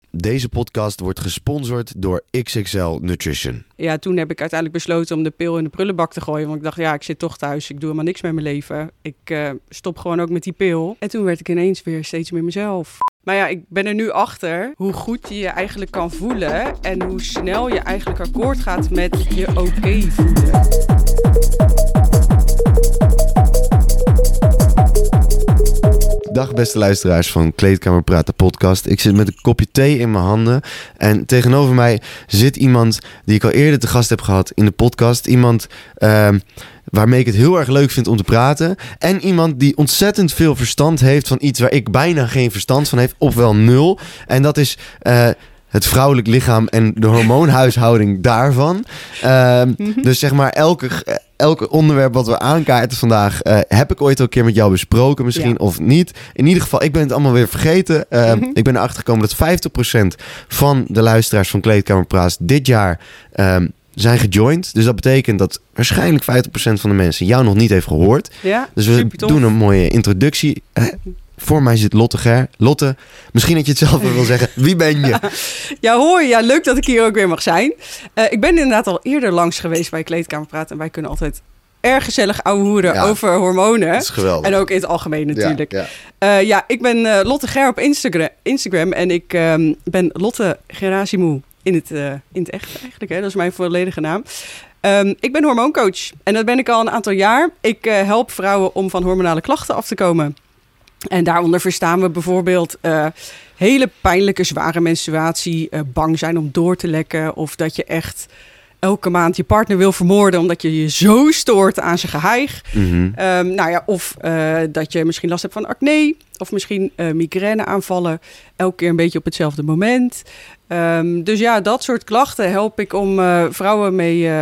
Deze podcast wordt gesponsord door XXL Nutrition. Ja, toen heb ik uiteindelijk besloten om de pil in de prullenbak te gooien. Want ik dacht, ja, ik zit toch thuis. Ik doe helemaal niks met mijn leven. Ik stop gewoon ook met die pil. En toen werd ik ineens weer steeds meer mezelf. Maar ja, ik ben er nu achter hoe goed je je eigenlijk kan voelen. En hoe snel je eigenlijk akkoord gaat met je oké voelen. Dag beste luisteraars van Kleedkamer Praten podcast. Ik zit met een kopje thee in mijn handen. En tegenover mij zit iemand die ik al eerder te gast heb gehad in de podcast. Iemand waarmee ik het heel erg leuk vind om te praten. En iemand die ontzettend veel verstand heeft van iets waar ik bijna geen verstand van heb. Ofwel nul. En dat is het vrouwelijk lichaam en de hormoonhuishouding daarvan. Dus zeg maar elke onderwerp wat we aankaarten vandaag heb ik ooit al een keer met jou besproken misschien of niet. In ieder geval, ik ben het allemaal weer vergeten. Ik ben erachter gekomen dat 50% van de luisteraars van Kleedkamer Praat dit jaar zijn gejoind. Dus dat betekent dat waarschijnlijk 50% van de mensen jou nog niet heeft gehoord. Ja, dus we doen een mooie introductie. Voor mij zit Lotte Ger. Lotte, misschien dat je het zelf wil zeggen. Wie ben je? Ja, hoi. Ja, leuk dat ik hier ook weer mag zijn. Ik ben inderdaad al eerder langs geweest bij Kleedkamer Praten. En wij kunnen altijd erg gezellig ouwehoeren over hormonen. Dat is geweldig. En ook in het algemeen natuurlijk. Ja. Ik ben Lotte Ger op Instagram. En ik ben Lotte Gerasimou in het echt eigenlijk. Hè? Dat is mijn volledige naam. Ik ben hormooncoach. En dat ben ik al een aantal jaar. Ik help vrouwen om van hormonale klachten af te komen. En daaronder verstaan we bijvoorbeeld hele pijnlijke, zware menstruatie, bang zijn om door te lekken of dat je echt elke maand je partner wil vermoorden omdat je je zo stoort aan zijn geheig. Mm-hmm. Of dat je misschien last hebt van acne of misschien migraineaanvallen, elke keer een beetje op hetzelfde moment. Dus ja, dat soort klachten help ik om vrouwen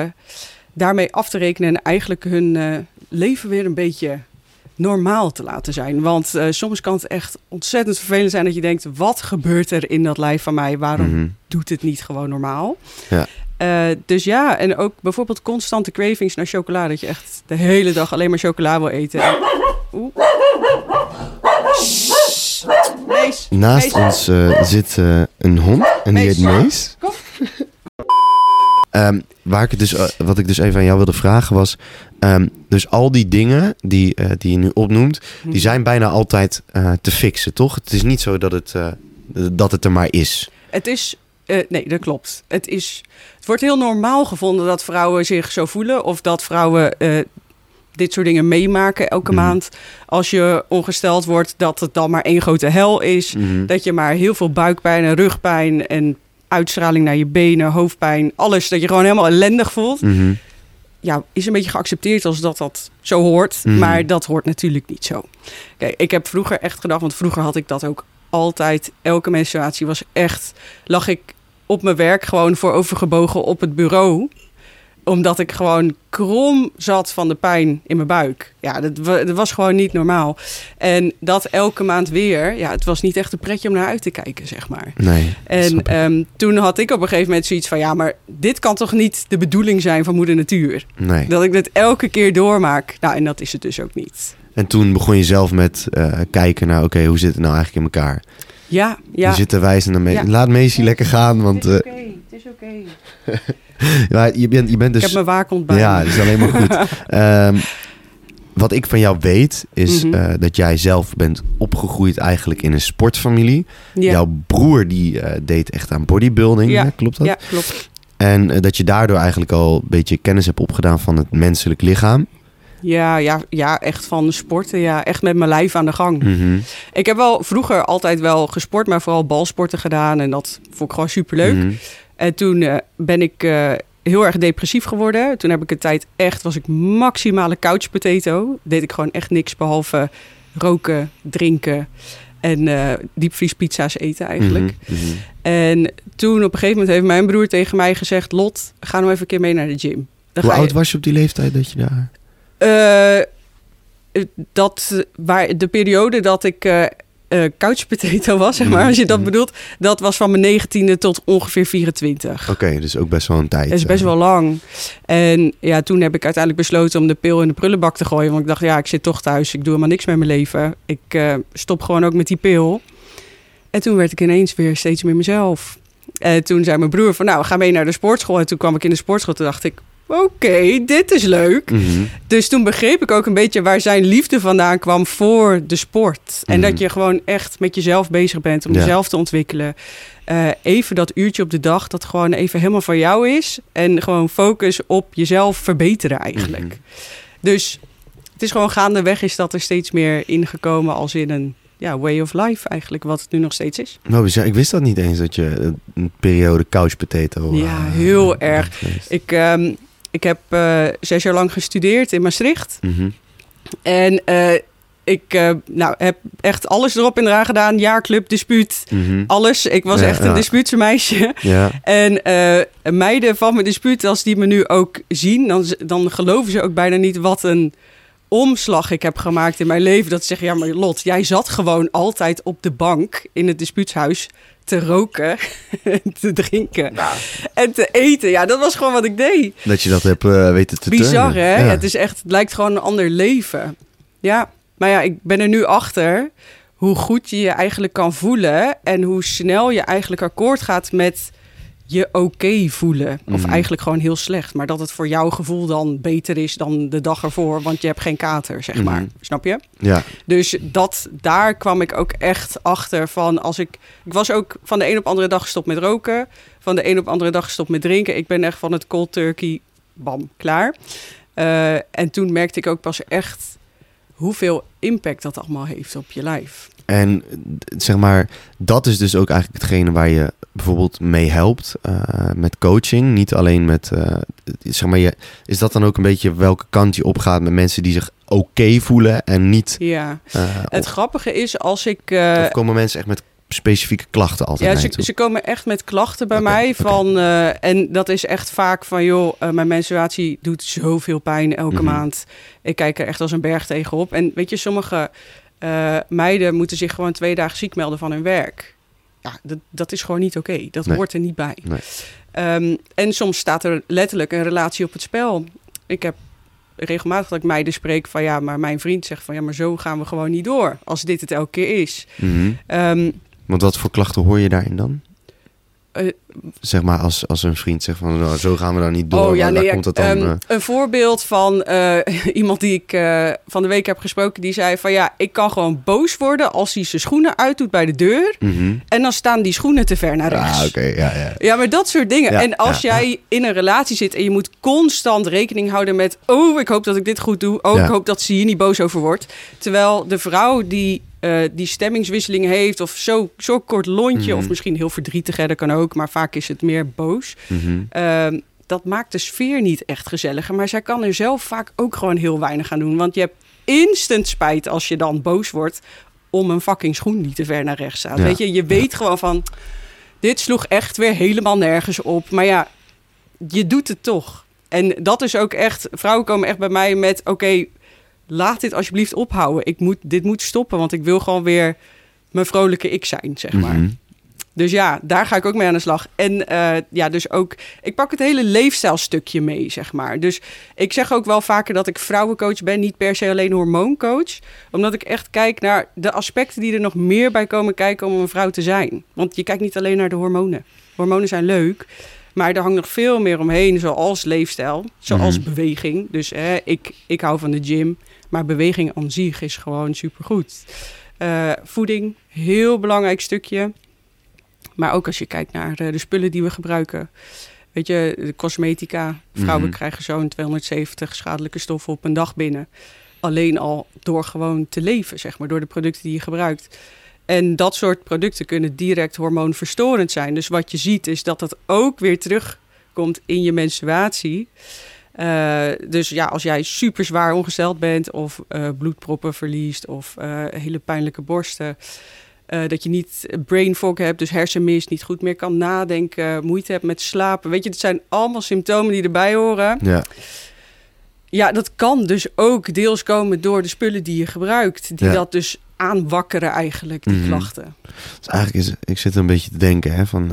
daarmee af te rekenen en eigenlijk hun leven weer een beetje normaal te laten zijn. Want soms kan het echt ontzettend vervelend zijn dat je denkt, wat gebeurt er in dat lijf van mij? Waarom doet het niet gewoon normaal? Ja. Dus ja, en ook bijvoorbeeld constante cravings naar chocola. Dat je echt de hele dag alleen maar chocola wil eten. Mees. Naast ons zit een hond en die heet Mees. Kom. Wat ik dus even aan jou wilde vragen was, dus al die dingen die je nu opnoemt, die zijn bijna altijd te fixen, toch? Het is niet zo dat het er maar is. Het is, nee, dat klopt. Het wordt heel normaal gevonden dat vrouwen zich zo voelen of dat vrouwen dit soort dingen meemaken elke maand. Als je ongesteld wordt, dat het dan maar één grote hel is. Dat je maar heel veel buikpijn en rugpijn en uitstraling naar je benen, hoofdpijn, alles dat je gewoon helemaal ellendig voelt. Ja, is een beetje geaccepteerd als dat zo hoort. Maar dat hoort natuurlijk niet zo. Kijk, ik heb vroeger echt gedacht, want vroeger had ik dat ook altijd. Elke menstruatie lag ik op mijn werk gewoon voorovergebogen op het bureau. Omdat ik gewoon krom zat van de pijn in mijn buik. Ja, dat was gewoon niet normaal. En dat elke maand weer. Ja, het was niet echt een pretje om naar uit te kijken, zeg maar. Nee. En toen had ik op een gegeven moment zoiets van, ja, maar dit kan toch niet de bedoeling zijn van moeder natuur? Nee. Dat ik dit elke keer doormaak. Nou, en dat is het dus ook niet. En toen begon je zelf met kijken naar, oké, hoe zit het nou eigenlijk in elkaar? Ja. Je zit te wijzen naar Ja. Laat Meesie lekker gaan, want Het is oké. ja, je bent dus. Ik heb mijn waakhond bij Ja, me. dat is alleen maar goed. Wat ik van jou weet, is dat jij zelf bent opgegroeid eigenlijk in een sportfamilie. Ja. Jouw broer die deed echt aan bodybuilding, Ja. hè? Klopt dat? Ja, klopt. En dat je daardoor eigenlijk al een beetje kennis hebt opgedaan van het menselijk lichaam. Ja, echt van sporten. Ja, echt met mijn lijf aan de gang. Ik heb wel vroeger altijd wel gesport, maar vooral balsporten gedaan. En dat vond ik gewoon superleuk. En toen ben ik heel erg depressief geworden. Toen heb ik een tijd was ik maximale couch potato. Deed ik gewoon echt niks behalve roken, drinken en diepvriespizza's eten eigenlijk. En toen op een gegeven moment heeft mijn broer tegen mij gezegd, Lot, ga nou even een keer mee naar de gym. Hoe oud was je op die leeftijd dat je daar... De periode dat ik couch potato was, zeg maar, als je dat bedoelt, dat was van mijn 19e tot ongeveer 24. Oké, dus ook best wel een tijd. Dat is best wel lang. En ja, toen heb ik uiteindelijk besloten om de pil in de prullenbak te gooien. Want ik dacht, ja, ik zit toch thuis. Ik doe helemaal niks met mijn leven. Ik stop gewoon ook met die pil. En toen werd ik ineens weer steeds meer mezelf. En toen zei mijn broer van, nou, ga mee naar de sportschool. En toen kwam ik in de sportschool. Toen dacht ik, oké, dit is leuk. Mhm. Dus toen begreep ik ook een beetje waar zijn liefde vandaan kwam voor de sport. En dat je gewoon echt met jezelf bezig bent om jezelf te ontwikkelen. Even dat uurtje op de dag dat gewoon even helemaal van jou is. En gewoon focus op jezelf verbeteren eigenlijk. Dus het is gewoon gaandeweg is dat er steeds meer ingekomen als in een way of life eigenlijk, wat het nu nog steeds is. Nou, ik wist dat niet eens, dat je een periode couch potato... Ja, heel erg. Ik heb 6 jaar lang gestudeerd in Maastricht. Mhm. En ik heb echt alles erop en eraan gedaan. Jaarclub, dispuut, alles. Ik was echt een dispuutse meisje. Ja. En meiden van mijn dispuut, als die me nu ook zien, dan geloven ze ook bijna niet wat een omslag ik heb gemaakt in mijn leven. Dat ze zeggen, ja, maar Lot, jij zat gewoon altijd op de bank in het dispuutshuis te roken, te drinken en te eten. Ja, dat was gewoon wat ik deed. Dat je dat hebt weten te bizar, turnen. hè? Ja. Het lijkt gewoon een ander leven. Ja, maar ja, ik ben er nu achter hoe goed je je eigenlijk kan voelen en hoe snel je eigenlijk akkoord gaat met je oké voelen. Of eigenlijk gewoon heel slecht. Maar dat het voor jouw gevoel dan beter is dan de dag ervoor, want je hebt geen kater, zeg maar. Snap je? Ja. Dus daar kwam ik ook echt achter van ik was ook van de een op de andere dag gestopt met roken. Van de een op de andere dag gestopt met drinken. Ik ben echt van het cold turkey, bam, klaar. En toen merkte ik ook pas echt hoeveel impact dat allemaal heeft op je lijf. En zeg maar, dat is dus ook eigenlijk hetgene waar je bijvoorbeeld mee helpt met coaching. Niet alleen met, zeg maar, is dat dan ook een beetje welke kant je opgaat met mensen die zich oké voelen en niet... Ja, het grappige is als ik... of komen mensen echt met specifieke klachten altijd? Ja, ze komen echt met klachten bij mij van... en dat is echt vaak van, joh, mijn menstruatie doet zoveel pijn elke maand. Ik kijk er echt als een berg tegenop. En weet je, sommige meiden moeten zich gewoon 2 dagen ziek melden van hun werk. Ja, dat is gewoon niet oké. Dat hoort er niet bij. Nee. En soms staat er letterlijk een relatie op het spel. Ik heb regelmatig dat ik meiden spreek van, ja, maar mijn vriend zegt van, ja, maar zo gaan we gewoon niet door. Als dit het elke keer is. Want wat voor klachten hoor je daarin dan? Zeg maar als een vriend zegt van, nou, zo gaan we dan niet door. Komt het dan, een voorbeeld van iemand die ik van de week heb gesproken, die zei van, ja, ik kan gewoon boos worden als hij zijn schoenen uitdoet bij de deur. En dan staan die schoenen te ver naar rechts. Ja, maar dat soort dingen. Ja, en als jij in een relatie zit en je moet constant rekening houden met, ik hoop dat ik dit goed doe. Ik hoop dat ze hier niet boos over wordt. Terwijl de vrouw die stemmingswisseling heeft of zo kort lontje of misschien heel verdrietig, dat kan ook, maar vaak is het meer boos. Dat maakt de sfeer niet echt gezelliger, maar zij kan er zelf vaak ook gewoon heel weinig aan doen, want je hebt instant spijt als je dan boos wordt om een fucking schoen die te ver naar rechts staat. Weet je weet gewoon van, dit sloeg echt weer helemaal nergens op, maar ja, je doet het toch. En dat is ook echt, vrouwen komen echt bij mij met, oké, laat dit alsjeblieft ophouden. Dit moet stoppen, want ik wil gewoon weer mijn vrolijke ik zijn, zeg maar. Dus ja, daar ga ik ook mee aan de slag. En dus ook, ik pak het hele leefstijlstukje mee, zeg maar. Dus ik zeg ook wel vaker dat ik vrouwencoach ben, niet per se alleen hormooncoach. Omdat ik echt kijk naar de aspecten die er nog meer bij komen kijken om een vrouw te zijn. Want je kijkt niet alleen naar de hormonen. Hormonen zijn leuk, maar er hangt nog veel meer omheen, zoals leefstijl, zoals beweging. Dus ik hou van de gym, maar beweging aan zich is gewoon supergoed. Voeding, heel belangrijk stukje. Maar ook als je kijkt naar de spullen die we gebruiken. Weet je, de cosmetica. Vrouwen krijgen zo'n 270 schadelijke stoffen op een dag binnen. Alleen al door gewoon te leven, zeg maar, door de producten die je gebruikt. En dat soort producten kunnen direct hormoonverstorend zijn. Dus wat je ziet is dat dat ook weer terugkomt in je menstruatie. Dus ja, als jij super zwaar ongesteld bent of bloedproppen verliest of hele pijnlijke borsten, dat je niet brain fog hebt, dus hersenmist, niet goed meer kan nadenken, moeite hebt met slapen. Weet je, dat zijn allemaal symptomen die erbij horen. Ja, dat kan dus ook deels komen door de spullen die je gebruikt, die dat dus aanwakkeren eigenlijk, die klachten. Dus eigenlijk ik zit een beetje te denken, hè, van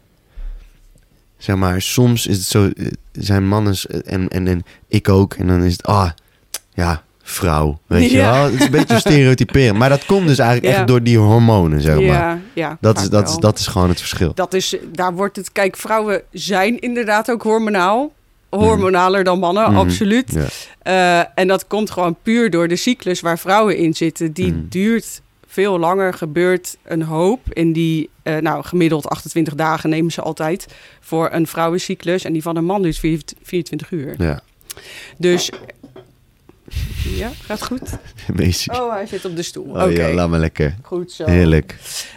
zeg maar, soms is het zo, zijn mannen en ik ook, en dan is het, vrouw, weet je wel. Het is een beetje stereotyperen. Maar dat komt dus eigenlijk echt door die hormonen, zeg maar. Ja, dat is gewoon het verschil. Daar wordt het... Kijk, vrouwen zijn inderdaad ook hormonaal. Hormonaler dan mannen, absoluut. Ja. En dat komt gewoon puur door de cyclus waar vrouwen in zitten. Die duurt veel langer, gebeurt een hoop. In die, gemiddeld 28 dagen nemen ze altijd voor een vrouwencyclus. En die van een man duurt 24 uur. Ja. Dus... Ja, gaat goed? Oh, hij zit op de stoel. Oh ja, laat maar lekker. Goed zo. Heerlijk.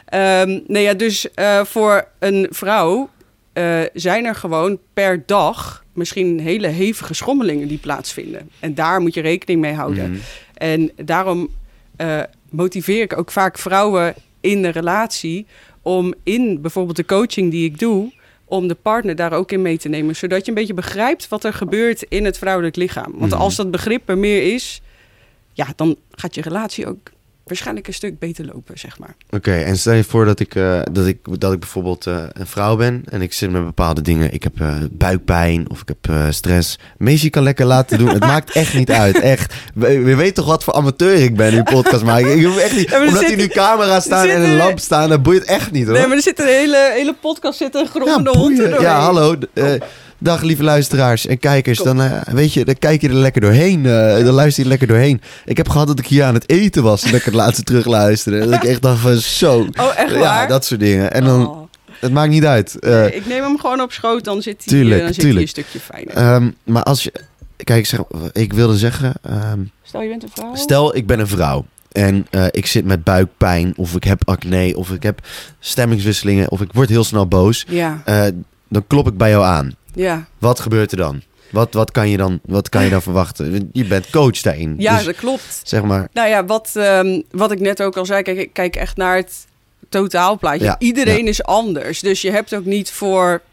Dus voor een vrouw zijn er gewoon per dag misschien hele hevige schommelingen die plaatsvinden. En daar moet je rekening mee houden. En daarom motiveer ik ook vaak vrouwen in de relatie om in bijvoorbeeld de coaching die ik doe, om de partner daar ook in mee te nemen. Zodat je een beetje begrijpt wat er gebeurt in het vrouwelijk lichaam. Want als dat begrip er meer is, ja, dan gaat je relatie ook waarschijnlijk een stuk beter lopen, zeg maar. Oké, en stel je voor dat ik bijvoorbeeld een vrouw ben en ik zit met bepaalde dingen. Ik heb buikpijn of ik heb stress. Meisje kan lekker laten doen. Het maakt echt niet uit. Echt. Je weet toch wat voor amateur ik ben in podcast maken. Ik hoef echt niet. Omdat hier nu camera's staan en een lamp staan, dat boeit echt niet, hoor. Nee, maar er zit een hele podcast zit een grommende hond doorheen. Ja, hallo. Dag lieve luisteraars en kijkers. Dan weet je, dan kijk je er lekker doorheen. Dan luister je lekker doorheen. Ik heb gehad dat ik hier aan het eten was en dat ik het laatste terugluisterde. En dat ik echt dacht van zo. Oh, echt waar? Ja, dat soort dingen. En dan, het maakt niet uit. Ik neem hem gewoon op schoot, dan zit hij een stukje fijner. Maar als je... Kijk, ik wilde zeggen... Stel, je bent een vrouw? Stel, ik ben een vrouw. En ik zit met buikpijn of ik heb acne of ik heb stemmingswisselingen of ik word heel snel boos. Ja. Dan klop ik bij jou aan. Ja. Wat gebeurt er dan? Wat kan je dan verwachten? Je bent coach daarin. Ja, dus, dat klopt. Zeg maar. Nou ja, wat ik net ook al zei, ik kijk echt naar het totaalplaatje. Ja, iedereen is anders. Dus je hebt ook niet voor...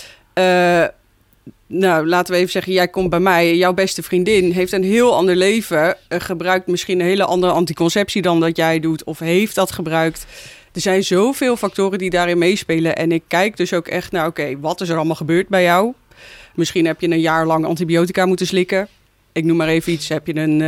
laten we even zeggen, jij komt bij mij. Jouw beste vriendin heeft een heel ander leven. Gebruikt misschien een hele andere anticonceptie dan dat jij doet. Of heeft dat gebruikt. Er zijn zoveel factoren die daarin meespelen. En ik kijk dus ook echt naar, oké, wat is er allemaal gebeurd bij jou? Misschien heb je een jaar lang antibiotica moeten slikken. Ik noem maar even iets. Heb je een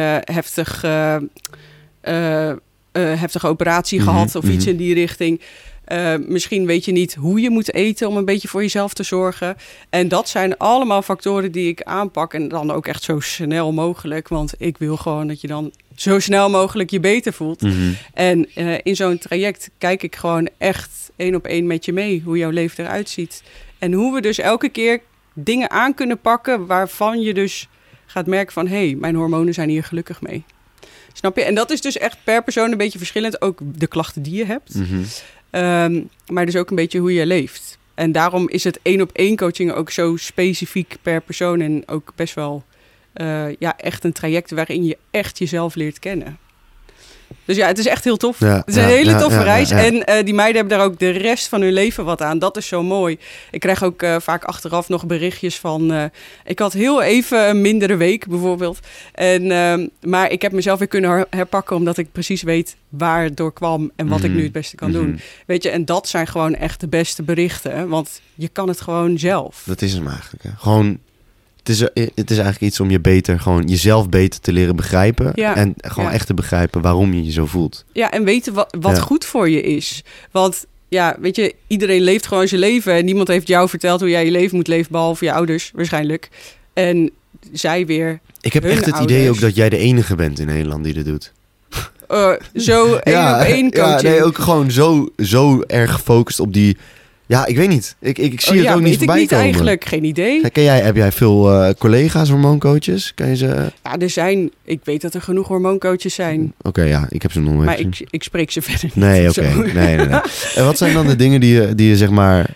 heftige operatie gehad of iets in die richting? Misschien weet je niet hoe je moet eten om een beetje voor jezelf te zorgen. En dat zijn allemaal factoren die ik aanpak. En dan ook echt zo snel mogelijk. Want ik wil gewoon dat je dan zo snel mogelijk je beter voelt. En in zo'n traject kijk ik gewoon echt 1 op 1 met je mee. Hoe jouw leven eruit ziet. En hoe we dus elke keer dingen aan kunnen pakken waarvan je dus gaat merken van... hé, mijn hormonen zijn hier gelukkig mee. Snap je? En dat is dus echt per persoon een beetje verschillend. Ook de klachten die je hebt. Maar dus ook een beetje hoe je leeft. En daarom is het 1 op 1 coaching ook zo specifiek per persoon. En ook best wel echt een traject waarin je echt jezelf leert kennen. Dus ja, het is echt heel tof. Ja, het is een hele toffe reis. Ja. En die meiden hebben daar ook de rest van hun leven wat aan. Dat is zo mooi. Ik krijg ook vaak achteraf nog berichtjes van... ik had heel even een mindere week bijvoorbeeld. Maar ik heb mezelf weer kunnen herpakken... omdat ik precies weet waar het door kwam... en wat ik nu het beste kan doen. Weet je, en dat zijn gewoon echt de beste berichten. Want je kan het gewoon zelf. Dat is hem eigenlijk. Hè? Gewoon... Het is eigenlijk iets om je beter, gewoon jezelf beter te leren begrijpen. Ja, en gewoon echt te begrijpen waarom je je zo voelt. Ja, en weten wat goed voor je is. Want ja, weet je, iedereen leeft gewoon zijn leven. En niemand heeft jou verteld hoe jij je leven moet leven, behalve je ouders waarschijnlijk. En zij weer. Ik heb echt het idee ook dat jij de enige bent in Nederland die dit doet. Zo 1 op 1 coaching. Ja, nee, ook gewoon zo erg gefocust op die... Ja, ik weet niet. Ik zie het ook niet voorbij niet komen. Eigenlijk, geen idee. Heb jij veel collega's, hormooncoaches? Kan je ze... Ja, er zijn... Ik weet dat er genoeg hormooncoaches zijn. Oké, ja, ik heb ze nog nooit. Maar ik spreek ze verder niet. Nee, oké. Nee. En wat zijn dan de dingen die je zeg maar...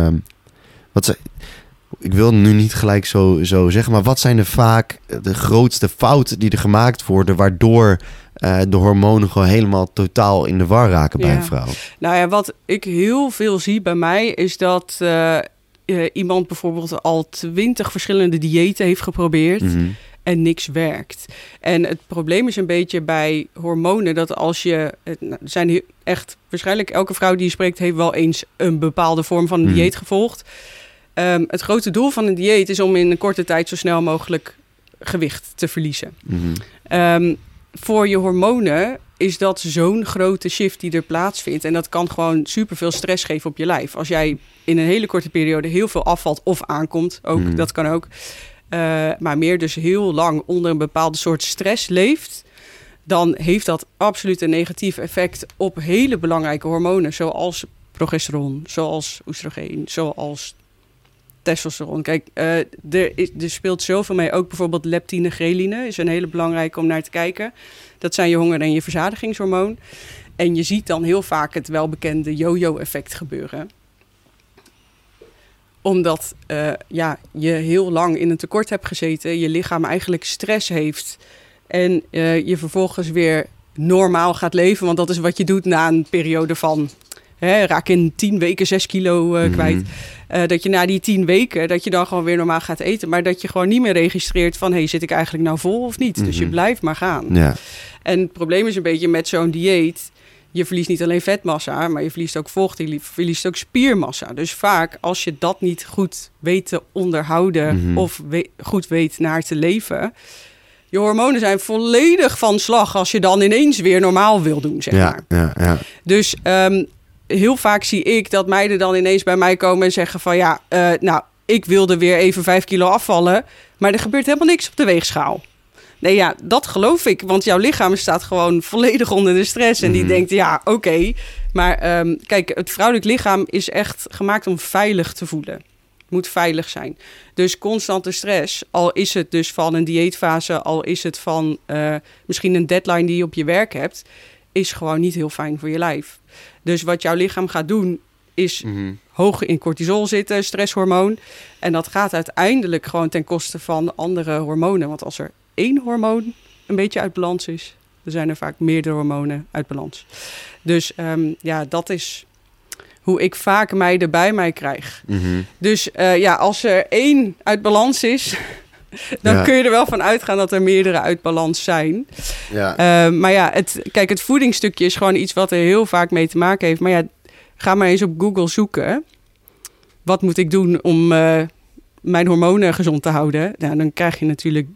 ik wil nu niet gelijk zo zeggen, maar wat zijn vaak de grootste fouten die er gemaakt worden... waardoor de hormonen gewoon helemaal totaal in de war raken bij een vrouw? Nou ja, wat ik heel veel zie bij mij is dat iemand bijvoorbeeld al 20 verschillende diëten heeft geprobeerd en niks werkt. En het probleem is een beetje bij hormonen dat als je... Er zijn echt waarschijnlijk elke vrouw die je spreekt heeft wel eens een bepaalde vorm van een dieet gevolgd. Het grote doel van een dieet is om in een korte tijd zo snel mogelijk gewicht te verliezen. voor je hormonen is dat zo'n grote shift die er plaatsvindt. En dat kan gewoon superveel stress geven op je lijf. Als jij in een hele korte periode heel veel afvalt of aankomt, ook, dat kan ook. Maar meer dus heel lang onder een bepaalde soort stress leeft, dan heeft dat absoluut een negatief effect op hele belangrijke hormonen, zoals progesteron, zoals oestrogeen, zoals testosteron. Kijk, er speelt zoveel mee. Ook bijvoorbeeld leptine, ghreline is een hele belangrijke om naar te kijken. Dat zijn je honger- en je verzadigingshormoon. En je ziet dan heel vaak het welbekende yo-yo-effect gebeuren. Omdat je heel lang in een tekort hebt gezeten, je lichaam eigenlijk stress heeft en je vervolgens weer normaal gaat leven. Want dat is wat je doet na een periode van raak in 10 weken 6 kilo kwijt. Dat je na die 10 weken, dat je dan gewoon weer normaal gaat eten. Maar dat je gewoon niet meer registreert van, zit ik eigenlijk nou vol of niet? Dus je blijft maar gaan. Ja. En het probleem is een beetje met zo'n dieet, je verliest niet alleen vetmassa, maar je verliest ook vocht, je verliest ook spiermassa. Dus vaak, als je dat niet goed weet te onderhouden of goed weet naar te leven, je hormonen zijn volledig van slag als je dan ineens weer normaal wil doen, zeg maar. Ja. Dus heel vaak zie ik dat meiden dan ineens bij mij komen en zeggen van ik wilde weer even 5 kilo afvallen, maar er gebeurt helemaal niks op de weegschaal. Nee, dat geloof ik, want jouw lichaam staat gewoon volledig onder de stress en die denkt, oké. Maar kijk, het vrouwelijk lichaam is echt gemaakt om veilig te voelen. Het moet veilig zijn. Dus constante stress, al is het dus van een dieetfase, al is het van misschien een deadline die je op je werk hebt, is gewoon niet heel fijn voor je lijf. Dus wat jouw lichaam gaat doen, is hoog in cortisol zitten, stresshormoon. En dat gaat uiteindelijk gewoon ten koste van andere hormonen. Want als er 1 hormoon een beetje uit balans is, dan zijn er vaak meerdere hormonen uit balans. Dus dat is hoe ik vaak meiden bij mij krijg. Dus als er 1 uit balans is, dan kun je er wel van uitgaan dat er meerdere uit balans zijn. Ja. Maar het voedingsstukje is gewoon iets wat er heel vaak mee te maken heeft. Maar ga maar eens op Google zoeken. Wat moet ik doen om mijn hormonen gezond te houden? Nou, dan krijg je natuurlijk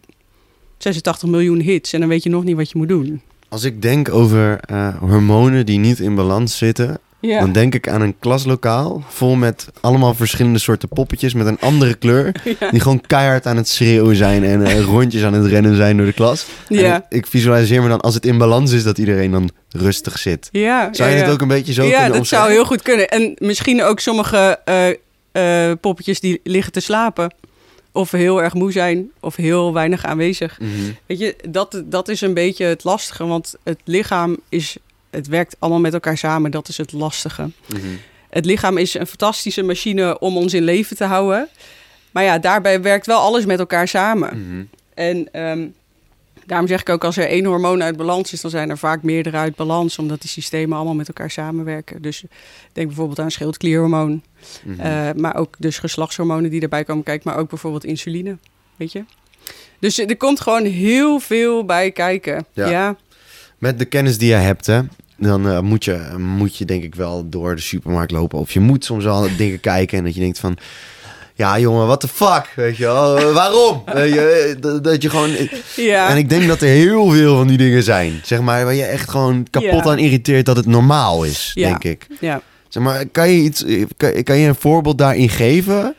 86 miljoen hits en dan weet je nog niet wat je moet doen. Als ik denk over hormonen die niet in balans zitten, dan denk ik aan een klaslokaal vol met allemaal verschillende soorten poppetjes met een andere kleur, die gewoon keihard aan het schreeuwen zijn en rondjes aan het rennen zijn door de klas. En ik visualiseer me dan, als het in balans is, dat iedereen dan rustig zit. Zou je het ook een beetje zo kunnen omschrijven? Ja, dat zou heel goed kunnen. En misschien ook sommige poppetjes die liggen te slapen, of heel erg moe zijn, of heel weinig aanwezig. Weet je, dat is een beetje het lastige, want het lichaam het werkt allemaal met elkaar samen. Dat is het lastige. Het lichaam is een fantastische machine om ons in leven te houden. Maar daarbij werkt wel alles met elkaar samen. En daarom zeg ik ook, als er 1 hormoon uit balans is, dan zijn er vaak meerdere uit balans, omdat die systemen allemaal met elkaar samenwerken. Dus denk bijvoorbeeld aan schildklierhormoon. Maar ook dus geslachtshormonen die erbij komen kijken, maar ook bijvoorbeeld insuline. Weet je? Dus er komt gewoon heel veel bij kijken. Ja. Met de kennis die je hebt, hè, dan moet je denk ik wel door de supermarkt lopen. Of je moet soms wel dingen kijken en dat je denkt van, ja jongen, what the fuck, weet je wel, waarom? Dat je gewoon... En ik denk dat er heel veel van die dingen zijn, zeg maar, waar je echt gewoon kapot aan irriteert dat het normaal is, denk ik. Ja. Zeg maar, kan je een voorbeeld daarin geven?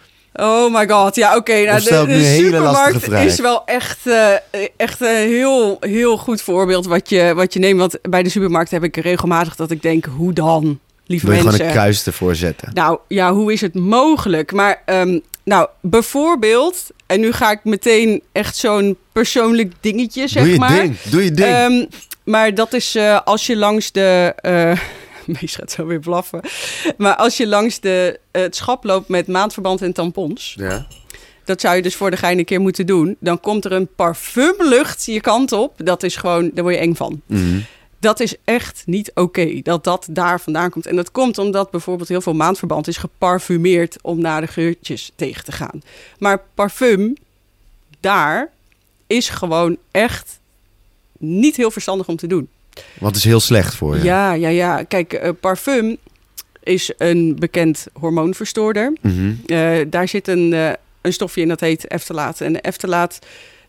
Oh my god, ja oké. Nou, de supermarkt is wel echt een heel, heel goed voorbeeld wat je neemt. Want bij de supermarkt heb ik regelmatig dat ik denk, hoe dan, lieve mensen? Wil je gewoon een kruis ervoor zetten? Nou ja, hoe is het mogelijk? Maar bijvoorbeeld, en nu ga ik meteen echt zo'n persoonlijk dingetje, zeg maar. Doe je ding. Maar dat is als je langs de... Mees gaat zo weer blaffen. Maar als je langs het schap loopt met maandverband en tampons, dat zou je dus voor de gein een keer moeten doen. Dan komt er een parfumlucht je kant op. Dat is gewoon, daar word je eng van. Dat is echt niet oké, dat daar vandaan komt. En dat komt omdat bijvoorbeeld heel veel maandverband is geparfumeerd om naar de geurtjes tegen te gaan. Maar parfum, daar is gewoon echt niet heel verstandig om te doen. Wat is heel slecht voor je? Ja. Kijk, parfum is een bekend hormoonverstoorder. Daar zit een stofje in dat heet eftalaat. En eftalaat,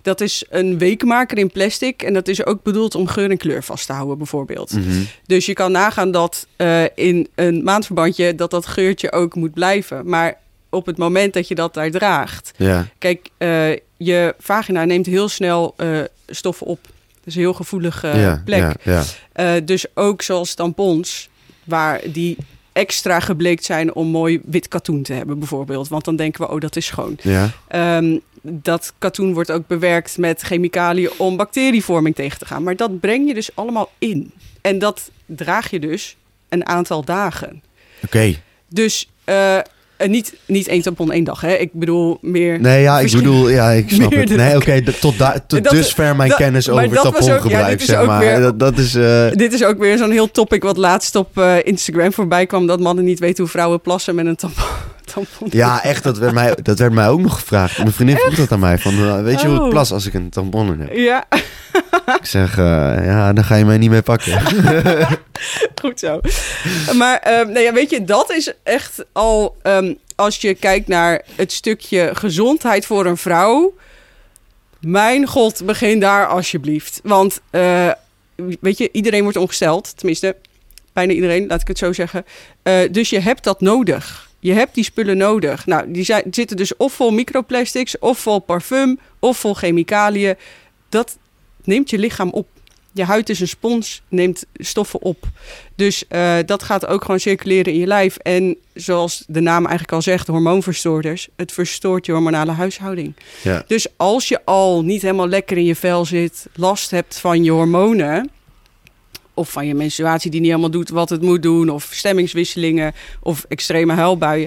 Dat is een weekmaker in plastic. En dat is ook bedoeld om geur en kleur vast te houden, bijvoorbeeld. Mhm. Dus je kan nagaan dat in een maandverbandje dat geurtje ook moet blijven. Maar op het moment dat je dat daar draagt... Ja. Kijk, je vagina neemt heel snel stoffen op. Dat is een heel gevoelige plek. Ja. Dus ook zoals tampons, waar die extra gebleekt zijn om mooi wit katoen te hebben, bijvoorbeeld. Want dan denken we, oh, dat is schoon. Ja. Dat katoen wordt ook bewerkt met chemicaliën om bacterievorming tegen te gaan. Maar dat breng je dus allemaal in. En dat draag je dus een aantal dagen. Oké. Dus niet één tampon 1 dag, hè? Ik bedoel meer... Nee, ja, ik bedoel, ja, ik snap het. Nee, oké, tot dusver mijn kennis over tampongebruik, zeg maar. Dit is ook weer zo'n heel topic wat laatst op Instagram voorbij kwam, dat mannen niet weten hoe vrouwen plassen met een tampon. Ja, echt, dat werd mij ook nog gevraagd. Mijn vriendin vroeg dat aan mij, van weet je hoe ik plas als ik een tampon in heb? Ja. Ik zeg, ja, dan ga je mij niet mee pakken. Goed zo. Maar weet je, dat is echt al... als je kijkt naar het stukje gezondheid voor een vrouw... Mijn god, begin daar alsjeblieft. Want, weet je, iedereen wordt ongesteld. Tenminste, bijna iedereen, laat ik het zo zeggen. Dus je hebt dat nodig. Je hebt die spullen nodig. Nou, die zitten dus of vol microplastics... of vol parfum, of vol chemicaliën. Dat neemt je lichaam op. Je huid is een spons, neemt stoffen op. Dus dat gaat ook gewoon circuleren in je lijf. En zoals de naam eigenlijk al zegt, hormoonverstoorders. Het verstoort je hormonale huishouding. Ja. Dus als je al niet helemaal lekker in je vel zit, last hebt van je hormonen... of van je menstruatie die niet helemaal doet wat het moet doen... of stemmingswisselingen of extreme huilbuien...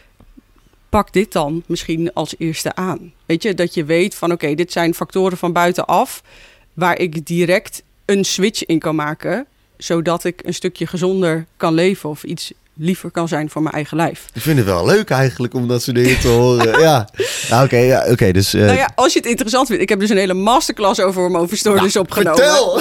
pak dit dan misschien als eerste aan. Weet je, dat je weet van oké, dit zijn factoren van buitenaf... waar ik direct een switch in kan maken... zodat ik een stukje gezonder kan leven... of iets liever kan zijn voor mijn eigen lijf. Ik vind het wel leuk eigenlijk om dat soort dingen te horen. Ja, nou, oké, dus... Nou ja, als je het interessant vindt... ik heb dus een hele masterclass over hormoonverstoorders opgenomen. Vertel!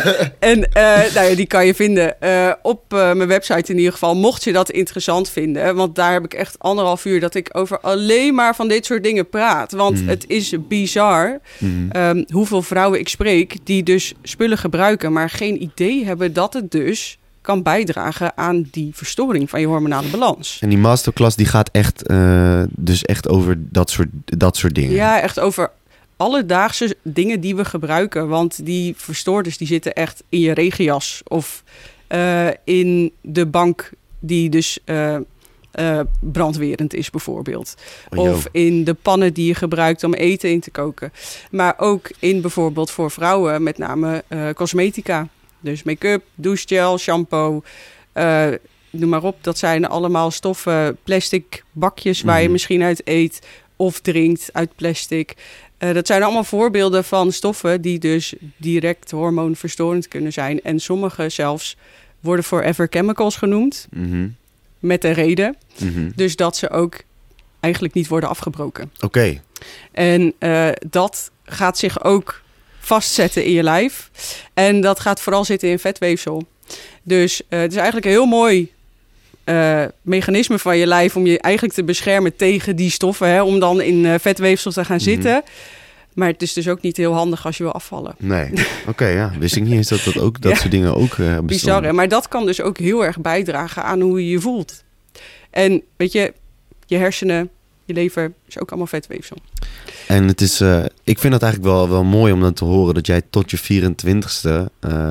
En die kan je vinden op mijn website in ieder geval... mocht je dat interessant vinden. Want daar heb ik echt 1,5 uur... dat ik over alleen maar van dit soort dingen praat. Want het is bizar hoeveel vrouwen ik spreek... die dus spullen gebruiken... maar geen idee hebben dat het dus... kan bijdragen aan die verstoring van je hormonale balans. En die masterclass die gaat echt, dus echt over dat soort dingen. Ja, echt over alledaagse dingen die we gebruiken. Want die verstoorders die zitten echt in je regenjas. Of in de bank die dus brandwerend is bijvoorbeeld. Of in de pannen die je gebruikt om eten in te koken. Maar ook in bijvoorbeeld voor vrouwen met name cosmetica. Dus make-up, douchegel, shampoo, noem maar op. Dat zijn allemaal stoffen, plastic bakjes waar je misschien uit eet of drinkt uit plastic. Dat zijn allemaal voorbeelden van stoffen die dus direct hormoonverstorend kunnen zijn. En sommige zelfs worden forever chemicals genoemd, met een reden. Dus dat ze ook eigenlijk niet worden afgebroken. Oké. En dat gaat zich ook vastzetten in je lijf. En dat gaat vooral zitten in vetweefsel. Dus het is eigenlijk een heel mooi mechanisme van je lijf... om je eigenlijk te beschermen tegen die stoffen... Hè, om dan in vetweefsel te gaan zitten. Maar het is dus ook niet heel handig als je wil afvallen. Nee, oké, ja. Wist ik niet eens dat soort dingen ook bestaan. Bizar, hè? Maar dat kan dus ook heel erg bijdragen aan hoe je je voelt. En weet je, je hersenen, je lever is ook allemaal vetweefsel. En het is, ik vind dat eigenlijk wel mooi om dan te horen... dat jij tot je 24ste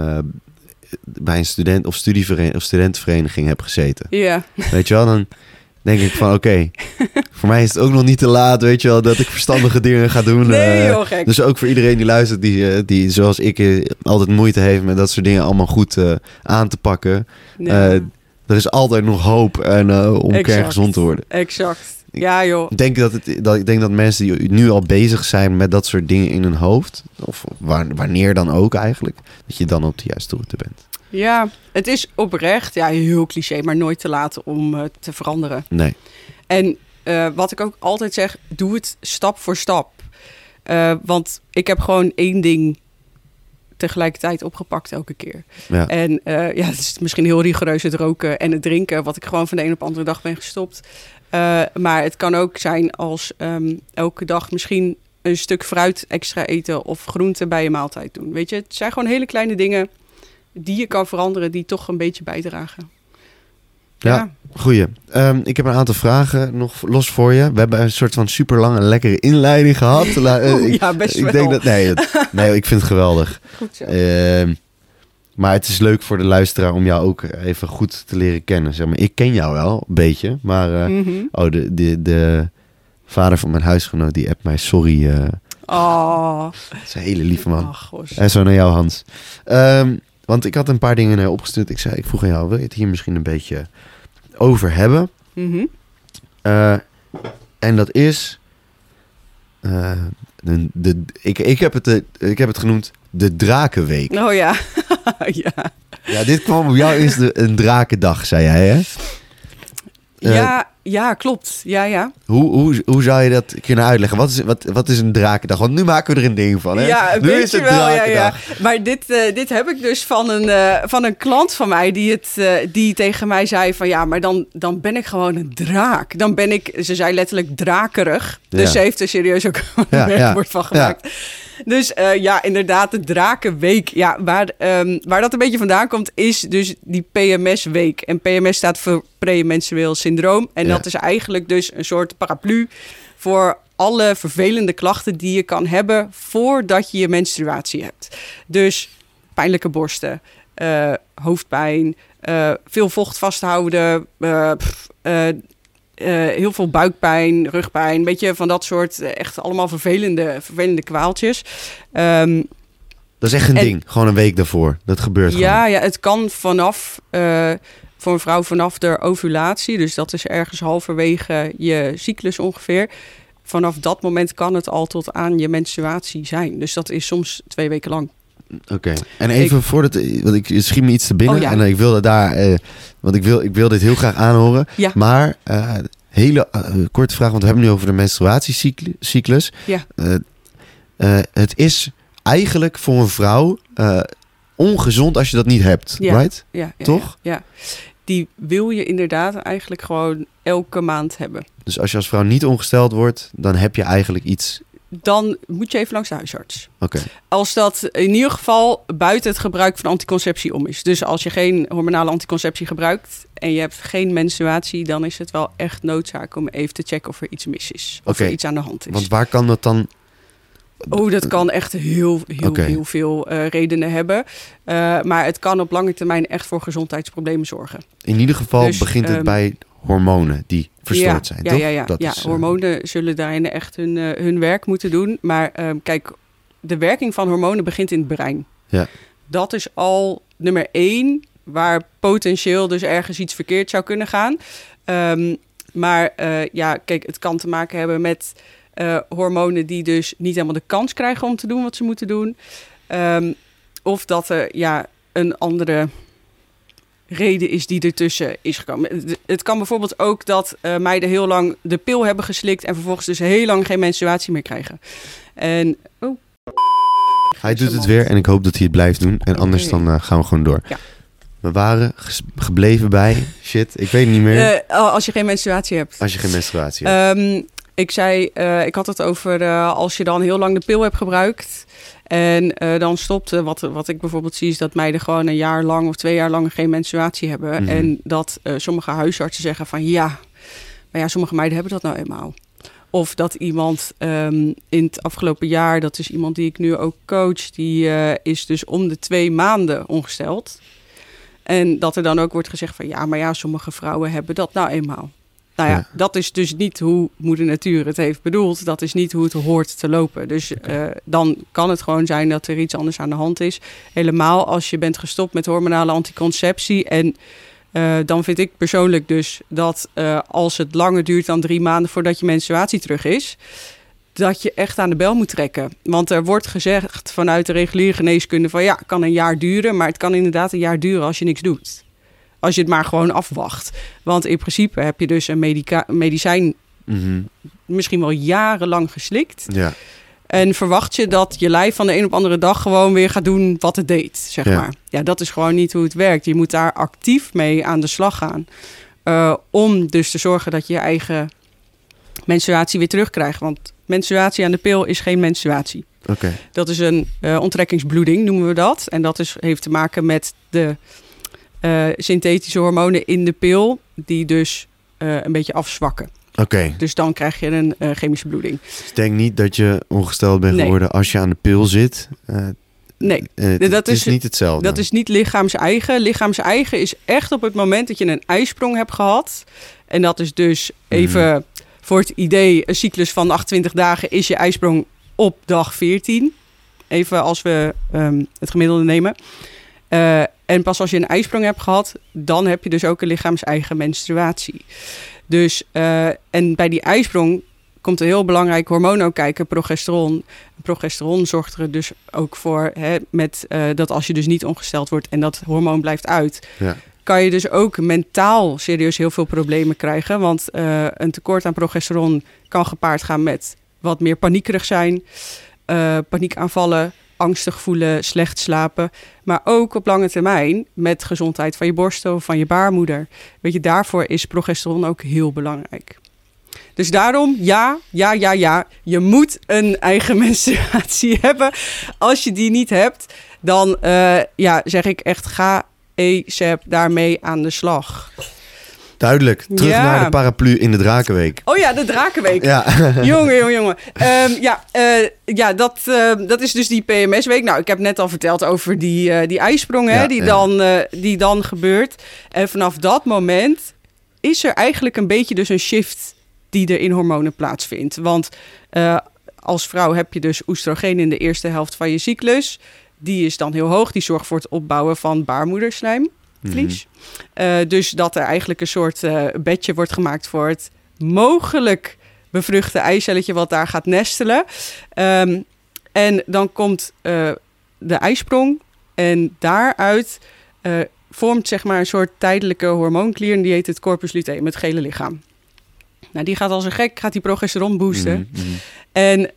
bij een student- of studentenvereniging hebt gezeten. Ja. Weet je wel, dan denk ik van oké, voor mij is het ook nog niet te laat, weet je wel... dat ik verstandige dingen ga doen. Nee, heel gek. Dus ook voor iedereen die luistert, die zoals ik altijd moeite heeft... met dat soort dingen allemaal goed aan te pakken. Ja. Er is altijd nog hoop om kerngezond te worden. Exact. Ja, joh. Ik denk dat mensen die nu al bezig zijn met dat soort dingen in hun hoofd... of wanneer dan ook eigenlijk... dat je dan op de juiste route bent. Ja, het is oprecht, ja, heel cliché... maar nooit te laat om te veranderen. Nee. En wat ik ook altijd zeg, doe het stap voor stap. Want ik heb gewoon 1 ding... tegelijkertijd opgepakt elke keer. Ja. En het is misschien heel rigoureus het roken en het drinken... wat ik gewoon van de een op de andere dag ben gestopt... maar het kan ook zijn als elke dag misschien een stuk fruit extra eten of groente bij je maaltijd doen. Weet je, het zijn gewoon hele kleine dingen die je kan veranderen, die toch een beetje bijdragen. Ja, goeie. Ik heb een aantal vragen nog los voor je. We hebben een soort van super lange, lekkere inleiding gehad. Ja, best wel. Ik denk dat, nee, ik vind het geweldig. Goed zo. Maar het is leuk voor de luisteraar om jou ook even goed te leren kennen. Zeg maar, ik ken jou wel, een beetje. Maar de vader van mijn huisgenoot, die appt mij sorry. Dat is een hele lieve man. En zo naar jou, Hans. Want ik had een paar dingen opgestuurd. Ik vroeg aan jou, wil je het hier misschien een beetje over hebben? Mm-hmm. En dat is... ik heb het genoemd de Drakenweek. Oh ja. Ja. Ja, dit kwam op jou is een drakendag, zei jij, hè? Ja, klopt. Ja. Hoe zou je dat kunnen uitleggen? Wat is een drakendag? Want nu maken we er een ding van, hè? Ja, nu is het wel. drakendag. Ja. Maar dit heb ik dus van een klant van mij die tegen mij zei van ja, maar dan ben ik gewoon een draak. Dan ben ik, ze zei letterlijk drakerig. Dus ze heeft er serieus ook een werkwoord van gemaakt. Ja. Dus inderdaad, de Drakenweek. Ja, waar dat een beetje vandaan komt, is dus die PMS-week. En PMS staat voor premenstrueel syndroom. En dat is eigenlijk dus een soort paraplu voor alle vervelende klachten die je kan hebben voordat je je menstruatie hebt. Dus pijnlijke borsten, hoofdpijn, veel vocht vasthouden, heel veel buikpijn, rugpijn, een beetje van dat soort echt allemaal vervelende kwaaltjes. Dat is echt een ding, gewoon een week daarvoor. Dat gebeurt gewoon. Ja, het kan vanaf, voor een vrouw vanaf de ovulatie, dus dat is ergens halverwege je cyclus ongeveer. Vanaf dat moment kan het al tot aan je menstruatie zijn. Dus dat is soms 2 weken lang. Oké. En even voordat, want ik schiet me iets te binnen en ik wilde daar, want ik wil dit heel graag aanhoren. Ja. Maar hele korte vraag, want we hebben nu over de menstruatiecyclus. Ja. Het is eigenlijk voor een vrouw ongezond als je dat niet hebt, right? Ja. Toch? Ja. Die wil je inderdaad eigenlijk gewoon elke maand hebben. Dus als je als vrouw niet ongesteld wordt, dan heb je eigenlijk iets... Dan moet je even langs de huisarts. Okay. Als dat in ieder geval buiten het gebruik van anticonceptie om is. Dus als je geen hormonale anticonceptie gebruikt en je hebt geen menstruatie, dan is het wel echt noodzaak om even te checken of er iets mis is. Of er iets aan de hand is. Want waar kan dat dan... Dat kan echt heel veel redenen hebben. Maar het kan op lange termijn echt voor gezondheidsproblemen zorgen. In ieder geval begint het bij hormonen die verstoord zijn, toch? Ja, hormonen zullen daarin echt hun werk moeten doen. Maar kijk, de werking van hormonen begint in het brein. Ja. Dat is al nummer 1, waar potentieel dus ergens iets verkeerd zou kunnen gaan. Kijk, het kan te maken hebben met hormonen die dus niet helemaal de kans krijgen om te doen wat ze moeten doen. Of dat er een andere reden is die ertussen is gekomen. Het kan bijvoorbeeld ook dat meiden heel lang de pil hebben geslikt en vervolgens dus heel lang geen menstruatie meer krijgen. En hij doet het weer en ik hoop dat hij het blijft doen. En anders dan gaan we gewoon door. Ja. We waren gebleven bij shit. Ik weet niet meer. Als je geen menstruatie hebt. Als je geen menstruatie hebt. Ik zei, ik had het over als je dan heel lang de pil hebt gebruikt en dan stopt. Wat ik bijvoorbeeld zie is dat meiden gewoon 1 jaar lang of 2 jaar lang geen menstruatie hebben. Mm-hmm. En dat sommige huisartsen zeggen van maar sommige meiden hebben dat nou eenmaal. Of dat iemand in het afgelopen jaar, dat is iemand die ik nu ook coach, die is dus om de 2 maanden ongesteld. En dat er dan ook wordt gezegd van sommige vrouwen hebben dat nou eenmaal. Nou ja, dat is dus niet hoe moeder natuur het heeft bedoeld. Dat is niet hoe het hoort te lopen. Dus dan kan het gewoon zijn dat er iets anders aan de hand is. Helemaal als je bent gestopt met hormonale anticonceptie. En dan vind ik persoonlijk dus dat als het langer duurt dan 3 maanden voordat je menstruatie terug is, dat je echt aan de bel moet trekken. Want er wordt gezegd vanuit de reguliere geneeskunde van het kan 1 jaar duren. Maar het kan inderdaad 1 jaar duren als je niks doet. Als je het maar gewoon afwacht. Want in principe heb je dus een medicijn misschien wel jarenlang geslikt. Ja. En verwacht je dat je lijf van de een op andere dag gewoon weer gaat doen wat het deed, zeg maar. Ja, dat is gewoon niet hoe het werkt. Je moet daar actief mee aan de slag gaan. Om dus te zorgen dat je je eigen menstruatie weer terugkrijgt. Want Menstruatie aan de pil is geen menstruatie. Oké. Dat is een onttrekkingsbloeding, noemen we dat. En dat heeft te maken met de synthetische hormonen in de pil, die dus een beetje afzwakken. Oké. Dus dan krijg je een chemische bloeding. Dus denk niet dat je ongesteld bent Nee. geworden als je aan de pil zit. Nee, Het dat is niet hetzelfde. dat is niet lichaams-eigen. Lichaams-eigen is echt op het moment dat je een ijsprong hebt gehad. En dat is dus even voor het idee, een cyclus van 28 dagen is je ijsprong op dag 14. Even als we het gemiddelde nemen. En pas als je een ijsprong hebt gehad, dan heb je dus ook een lichaams-eigen menstruatie. Dus, en bij die ijsprong komt een heel belangrijk hormoon ook kijken, progesteron. Progesteron zorgt er dus ook voor dat als je dus niet ongesteld wordt en dat hormoon blijft uit, kan je dus ook mentaal serieus heel veel problemen krijgen. Want een tekort aan progesteron kan gepaard gaan met wat meer paniekerig zijn, paniekaanvallen, angstig voelen, slecht slapen. Maar ook op lange termijn met gezondheid van je borstel, van je baarmoeder. Weet je, daarvoor is progesteron ook heel belangrijk. Dus daarom, ja. Je moet een eigen menstruatie hebben. Als je die niet hebt, dan zeg ik echt, ga daarmee aan de slag. Duidelijk. Terug naar de paraplu in de Drakenweek. Oh ja, de Drakenweek. Ja. Jongen. Dat is dus die PMS-week. Nou, ik heb net al verteld over die ijsprong die dan gebeurt. En vanaf dat moment is er eigenlijk een beetje dus een shift die er in hormonen plaatsvindt. Want als vrouw heb je dus oestrogeen in de eerste helft van je cyclus. Die is dan heel hoog. Die zorgt voor het opbouwen van baarmoederslijmvlies. Dus dat er eigenlijk een soort bedje wordt gemaakt voor het mogelijk bevruchte eicelletje wat daar gaat nestelen. En dan komt de ijsprong en daaruit vormt zeg maar een soort tijdelijke hormoonklier en die heet het corpus luteum, het gele lichaam. Nou, die gaat als een gek, gaat die progesteron boosten. En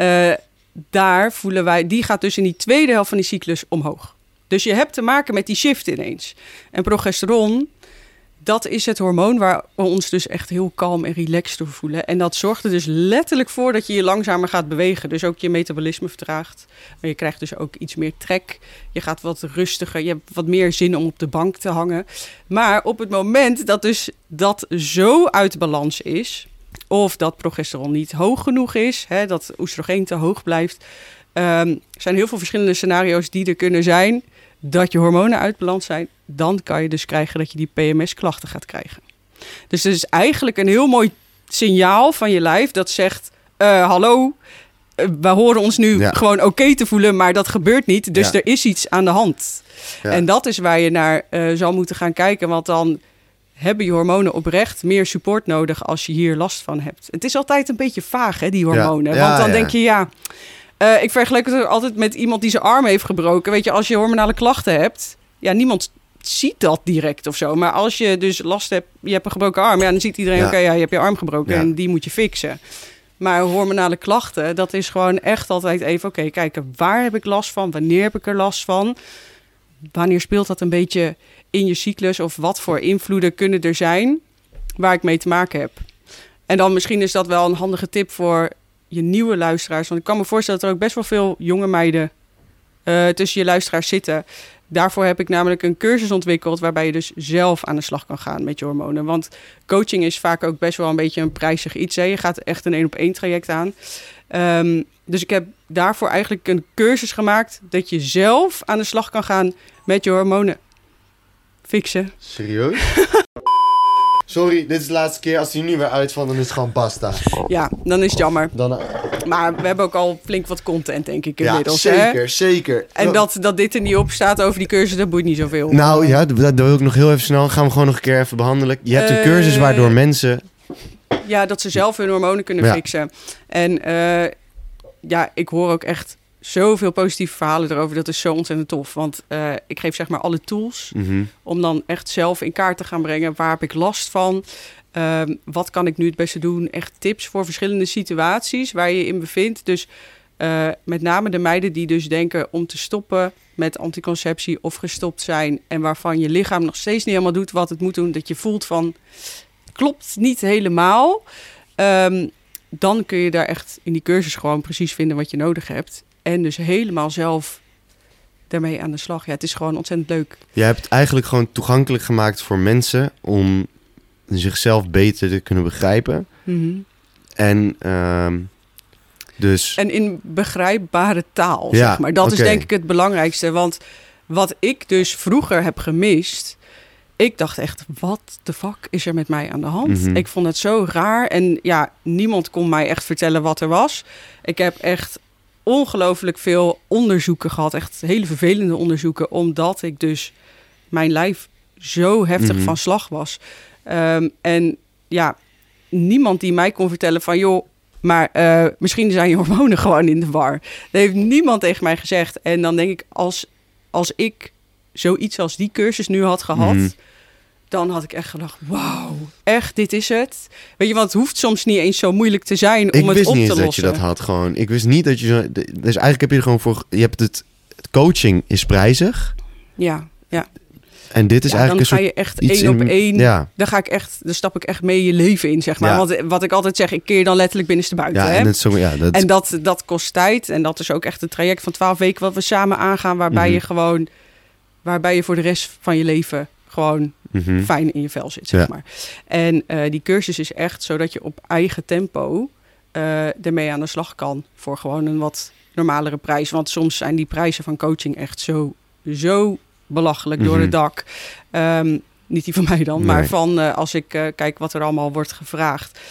daar voelen wij, die gaat dus in die tweede helft van die cyclus omhoog. Dus je hebt te maken met die shift ineens. En progesteron, dat is het hormoon waar we ons dus echt heel kalm en relaxed door voelen. En dat zorgt er dus letterlijk voor dat je je langzamer gaat bewegen. Dus ook je metabolisme vertraagt. Maar je krijgt dus ook iets meer trek. Je gaat wat rustiger. Je hebt wat meer zin om op de bank te hangen. Maar op het moment dat dus dat zo uit balans is, of dat progesteron niet hoog genoeg is, dat oestrogeen te hoog blijft, zijn heel veel verschillende scenario's die er kunnen zijn dat je hormonen uit balans zijn. Dan kan je dus krijgen dat je die PMS-klachten gaat krijgen. Dus het is eigenlijk een heel mooi signaal van je lijf dat zegt, hallo, we horen ons nu gewoon oké te voelen, maar dat gebeurt niet. Dus er is iets aan de hand. Ja. En dat is waar je naar zal moeten gaan kijken, want dan hebben je hormonen oprecht meer support nodig als je hier last van hebt. Het is altijd een beetje vaag, die hormonen. Want dan denk je, ik vergelijk het altijd met iemand die zijn arm heeft gebroken. Weet je, als je hormonale klachten hebt, niemand ziet dat direct of zo. Maar als je dus last hebt, je hebt een gebroken arm, dan ziet iedereen, je hebt je arm gebroken en die moet je fixen. Maar hormonale klachten, dat is gewoon echt altijd even, kijken, waar heb ik last van? Wanneer heb ik er last van? Wanneer speelt dat een beetje in je cyclus? Of wat voor invloeden kunnen er zijn waar ik mee te maken heb? En dan misschien is dat wel een handige tip voor je nieuwe luisteraars. Want ik kan me voorstellen dat er ook best wel veel jonge meiden tussen je luisteraars zitten. Daarvoor heb ik namelijk een cursus ontwikkeld waarbij je dus zelf aan de slag kan gaan met je hormonen. Want coaching is vaak ook best wel een beetje een prijzig iets. Je gaat echt een 1-op-1 traject aan. Dus ik heb daarvoor eigenlijk een cursus gemaakt dat je zelf aan de slag kan gaan met je hormonen. Fixen. Serieus? Sorry, dit is de laatste keer. Als die nu weer uitvalt, dan is het gewoon basta. Ja, dan is het jammer. Maar we hebben ook al flink wat content, denk ik, inmiddels. Zeker. En dat dit er niet op staat over die cursus, dat boeit niet zoveel. Nou ja, dat wil ik nog heel even snel. Gaan we gewoon nog een keer even behandelen. Je hebt een cursus waardoor mensen... Ja, dat ze zelf hun hormonen kunnen fixen. En ik hoor ook echt zoveel positieve verhalen erover. Dat is zo ontzettend tof. Want ik geef zeg maar alle tools om dan echt zelf in kaart te gaan brengen. Waar heb ik last van? Wat kan ik nu het beste doen? Echt tips voor verschillende situaties waar je je in bevindt. Dus met name de meiden die dus denken om te stoppen met anticonceptie of gestopt zijn. En waarvan je lichaam nog steeds niet helemaal doet wat het moet doen. Dat je voelt van, klopt niet helemaal. dan kun je daar echt in die cursus gewoon precies vinden wat je nodig hebt. En dus helemaal zelf daarmee aan de slag. Ja, het is gewoon ontzettend leuk. Je hebt het eigenlijk gewoon toegankelijk gemaakt voor mensen om zichzelf beter te kunnen begrijpen. Mm-hmm. En dus... En in begrijpbare taal, Ja, zeg maar. Dat is oké. denk ik het belangrijkste. Want wat ik dus vroeger heb gemist... Ik dacht echt, wat de fuck is er met mij aan de hand? Mhm. Ik vond het zo raar. En ja, niemand kon mij echt vertellen wat er was. Ik heb echt ongelooflijk veel onderzoeken gehad. Echt hele vervelende onderzoeken. Omdat ik dus mijn lijf zo heftig Mhm. van slag was. En ja, niemand die mij kon vertellen van... joh, maar misschien zijn je hormonen gewoon in de war. Dat heeft niemand tegen mij gezegd. En dan denk ik, als ik zoiets als die cursus nu had gehad... Mhm. dan had ik echt gedacht, wauw, echt, dit is het. Weet je, want het hoeft soms niet eens zo moeilijk te zijn om Ik het wist op niet te eens dat lossen. je dat had gewoon. Ik wist niet dat je zo... Dus eigenlijk heb je er gewoon voor... Je hebt het coaching is prijzig. Ja. En dit is Ja, eigenlijk dan een ga soort... je echt iets 1 op in- 1. Ja. Dan stap ik echt mee je leven in, zeg maar. Ja. Want wat ik altijd zeg, ik keer dan letterlijk binnenstebuiten. Ja, Hè? en het is zo, ja, dat, En dat kost tijd. En dat is ook echt een traject van 12 weken wat we samen aangaan. Waarbij je voor de rest van je leven gewoon Mhm. fijn in je vel zit, zeg Ja. maar. En die cursus is echt zodat je op eigen tempo ermee aan de slag kan. Voor gewoon een wat normalere prijs. Want soms zijn die prijzen van coaching echt zo belachelijk door Mhm. het dak. Niet die van mij dan, Nee. maar van als ik kijk wat er allemaal wordt gevraagd.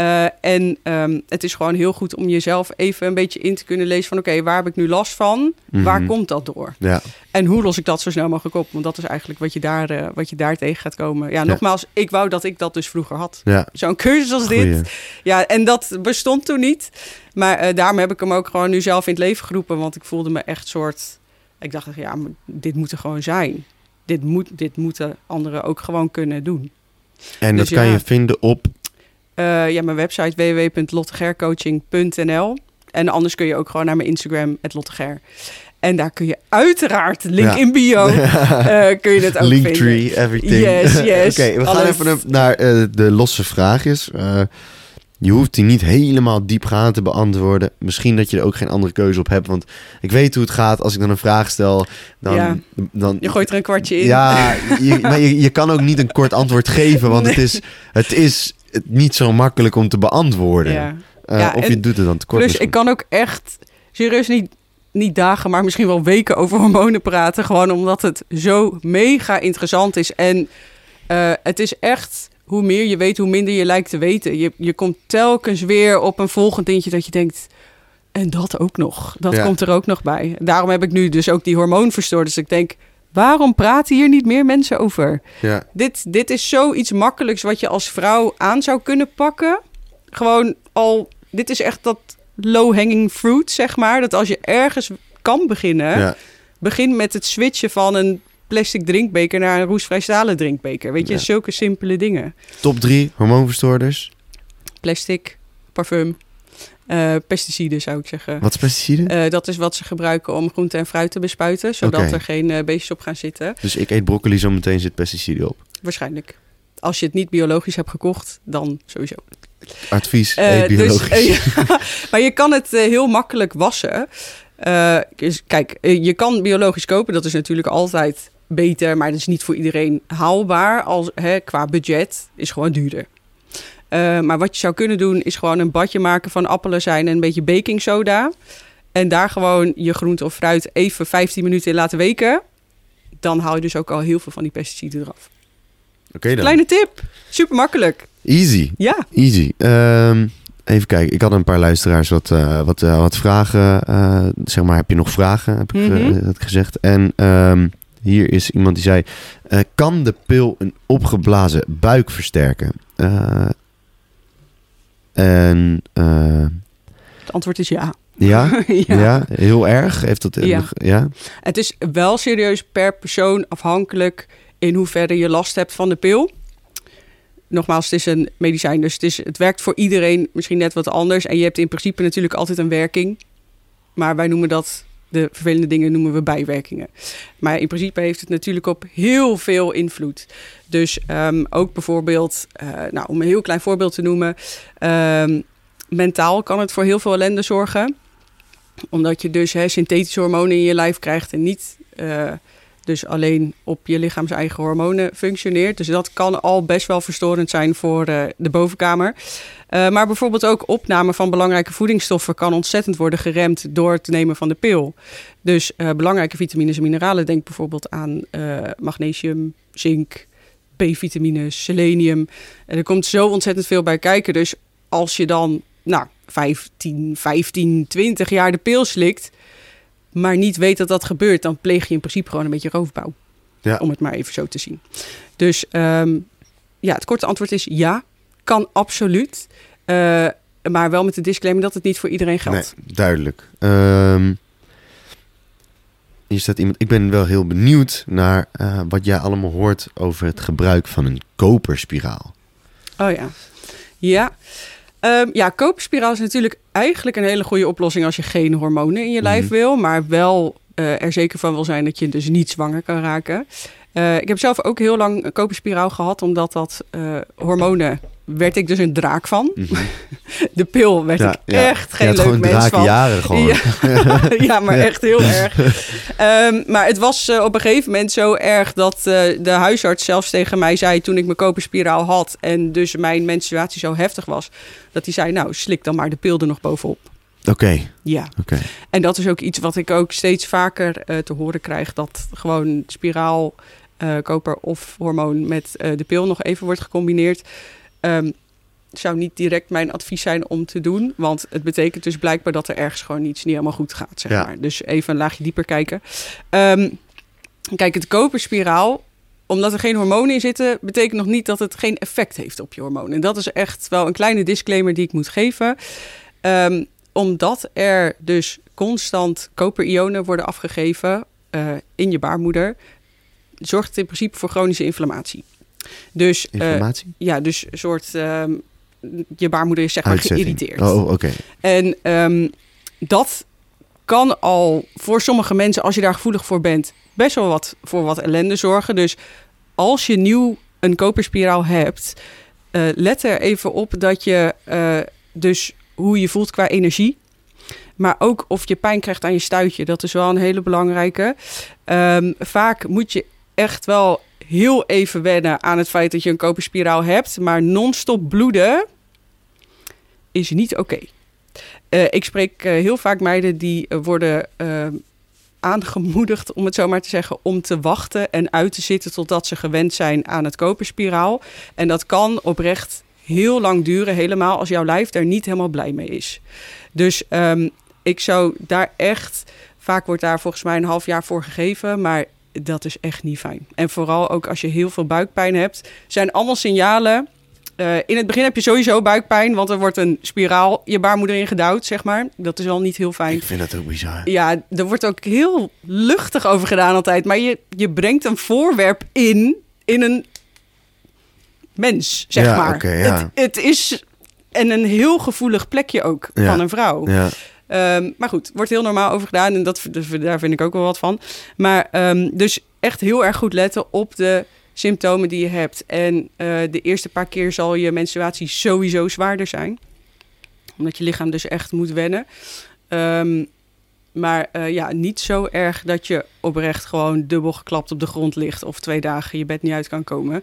Het is gewoon heel goed om jezelf even een beetje in te kunnen lezen van... oké, waar heb ik nu last van? Mhm. Waar komt dat door? Ja. En hoe los ik dat zo snel mogelijk op? Want dat is eigenlijk wat je daar tegen gaat komen. Ja, nogmaals, ik wou dat ik dat dus vroeger had. Ja. Zo'n cursus als dit. Goeie. Ja, en dat bestond toen niet. Maar daarom heb ik hem ook gewoon nu zelf in het leven geroepen. Want ik voelde me echt soort... Ik dacht, ja, maar dit moet er gewoon zijn. Dit moeten anderen ook gewoon kunnen doen. En Dus dat kan ja. je vinden op... Mijn website www.lottegercoaching.nl. En anders kun je ook gewoon naar mijn Instagram, @lotteger. En daar kun je uiteraard, link Ja. in bio, kun je het ook Linktree, vinden. everything. Yes. Oké, we gaan Alles. even naar de losse vraagjes. Je hoeft die niet helemaal diepgaand te beantwoorden. Misschien dat je er ook geen andere keuze op hebt. Want ik weet hoe het gaat. Als ik dan een vraag stel, dan... Ja. dan Je gooit er een kwartje in. Ja, maar je kan ook niet een kort antwoord geven. Want Nee. het is niet zo makkelijk om te beantwoorden. Ja. Of en je doet het dan te kort. Plus, misschien. ik kan ook echt serieus niet dagen, maar misschien wel weken over hormonen praten. Gewoon omdat het zo mega interessant is. En het is echt, hoe meer je weet, hoe minder je lijkt te weten. Je komt telkens weer op een volgend dingetje dat je denkt... En dat ook nog. Dat Ja. komt er ook nog bij. Daarom heb ik nu dus ook die hormoonverstoorders. Dus ik denk, waarom praten hier niet meer mensen over? Ja. Dit is zoiets makkelijks wat je als vrouw aan zou kunnen pakken. Gewoon al, dit is echt dat low-hanging fruit, zeg maar. Dat als je ergens kan beginnen, Ja. begin met het switchen van een plastic drinkbeker naar een roestvrij stalen drinkbeker. Weet je, Ja. zulke simpele dingen. Top 3 hormoonverstoorders. Plastic, parfum, pesticiden zou ik zeggen. Wat is pesticiden? Dat is wat ze gebruiken om groente en fruit te bespuiten, zodat Oké. er geen beestjes op gaan zitten. Dus ik eet broccoli, zo meteen zit pesticiden op. Waarschijnlijk. Als je het niet biologisch hebt gekocht, dan sowieso. Advies, eet biologisch. Maar je kan het heel makkelijk wassen. Dus kijk, je kan biologisch kopen. Dat is natuurlijk altijd beter, maar dat is niet voor iedereen haalbaar. Qua budget is gewoon duurder. Maar wat je zou kunnen doen, is gewoon een badje maken van appelazijn en een beetje baking soda. En daar gewoon je groente of fruit even 15 minuten in laten weken. Dan haal je dus ook al heel veel van die pesticiden eraf. Oké dan. Kleine tip. Super makkelijk. Easy. Ja. Easy. Even kijken. Ik had een paar luisteraars wat vragen. Zeg maar, heb je nog vragen? Heb ik dat gezegd. En hier is iemand die zei... kan de pil een opgeblazen buik versterken? Het antwoord is ja. Ja? Ja, heel erg. Heeft dat Ja. Het is wel serieus per persoon afhankelijk in hoeverre je last hebt van de pil. Nogmaals, het is een medicijn, dus het werkt voor iedereen misschien net wat anders. En je hebt in principe natuurlijk altijd een werking. Maar wij noemen dat, de vervelende dingen noemen we bijwerkingen. Maar in principe heeft het natuurlijk op heel veel invloed. Dus ook bijvoorbeeld, om een heel klein voorbeeld te noemen... mentaal kan het voor heel veel ellende zorgen. Omdat je dus synthetische hormonen in je lijf krijgt en niet dus alleen op je lichaams eigen hormonen functioneert. Dus dat kan al best wel verstorend zijn voor de bovenkamer. Maar bijvoorbeeld ook opname van belangrijke voedingsstoffen kan ontzettend worden geremd door het nemen van de pil. Dus belangrijke vitamines en mineralen, denk bijvoorbeeld aan magnesium, zink, B-vitamines, selenium. En er komt zo ontzettend veel bij kijken. Dus als je dan 15, 20 jaar de pil slikt, maar niet weet dat dat gebeurt, dan pleeg je in principe gewoon een beetje roofbouw. Ja. Om het maar even zo te zien. Dus het korte antwoord is ja, kan absoluut. Maar wel met de disclaimer dat het niet voor iedereen geldt. Nee, duidelijk. Hier staat iemand. Ik ben wel heel benieuwd naar wat jij allemaal hoort over het gebruik van een koperspiraal. Oh ja. Ja. Koperspiraal is natuurlijk eigenlijk een hele goede oplossing als je geen hormonen in je lijf wil, maar wel er zeker van wil zijn dat je dus niet zwanger kan raken. Ik heb zelf ook heel lang een koperspiraal gehad, omdat dat hormonen werd ik dus een draak van. Mm-hmm. De pil werd ik echt geen leuk mens van. Jaren gewoon. Ja, maar echt heel erg. Maar het was op een gegeven moment zo erg dat de huisarts zelfs tegen mij zei toen ik mijn koperspiraal had en dus mijn menstruatie zo heftig was, dat hij zei, nou, slik dan maar de pil er nog bovenop. Oké. Ja. En dat is ook iets wat ik ook steeds vaker te horen krijg, dat gewoon spiraal, koper of hormoon met de pil nog even wordt gecombineerd. Zou niet direct mijn advies zijn om te doen. Want het betekent dus blijkbaar dat er ergens gewoon iets niet helemaal goed gaat. Zeg maar. Dus even een laagje dieper kijken. Kijk, het koperspiraal, omdat er geen hormonen in zitten, betekent nog niet dat het geen effect heeft op je hormonen. En dat is echt wel een kleine disclaimer die ik moet geven. Omdat er dus constant koperionen worden afgegeven in je baarmoeder, zorgt het in principe voor chronische inflammatie. Dus, inflammatie? Dus een soort, je baarmoeder is zeg maar geïrriteerd. Oh, oké. En dat kan al voor sommige mensen, als je daar gevoelig voor bent, best wel wat ellende zorgen. Dus als je nieuw een koperspiraal hebt, let er even op dat je dus hoe je voelt qua energie, maar ook of je pijn krijgt aan je stuitje. Dat is wel een hele belangrijke. Vaak moet je echt wel heel even wennen aan het feit dat je een koperspiraal hebt, maar non-stop bloeden is niet oké. Ik spreek heel vaak meiden die worden aangemoedigd, om het zo maar te zeggen, om te wachten en uit te zitten totdat ze gewend zijn aan het koperspiraal. En dat kan oprecht heel lang duren, helemaal als jouw lijf daar niet helemaal blij mee is. Dus ik zou daar echt, vaak wordt daar volgens mij een half jaar voor gegeven, maar dat is echt niet fijn. En vooral ook als je heel veel buikpijn hebt, zijn allemaal signalen. In het begin heb je sowieso buikpijn, want er wordt een spiraal je baarmoeder in gedouwd, zeg maar. Dat is al niet heel fijn. Ik vind dat ook bizar. Ja, er wordt ook heel luchtig over gedaan altijd. Maar je brengt een voorwerp in een mens, zeg maar. Okay, ja. Het is een heel gevoelig plekje ook van een vrouw. Ja. Maar goed, wordt heel normaal over gedaan en daar vind ik ook wel wat van. Maar dus echt heel erg goed letten op de symptomen die je hebt. En de eerste paar keer zal je menstruatie sowieso zwaarder zijn. Omdat je lichaam dus echt moet wennen. Maar niet zo erg dat je oprecht gewoon dubbel geklapt op de grond ligt of 2 dagen je bed niet uit kan komen.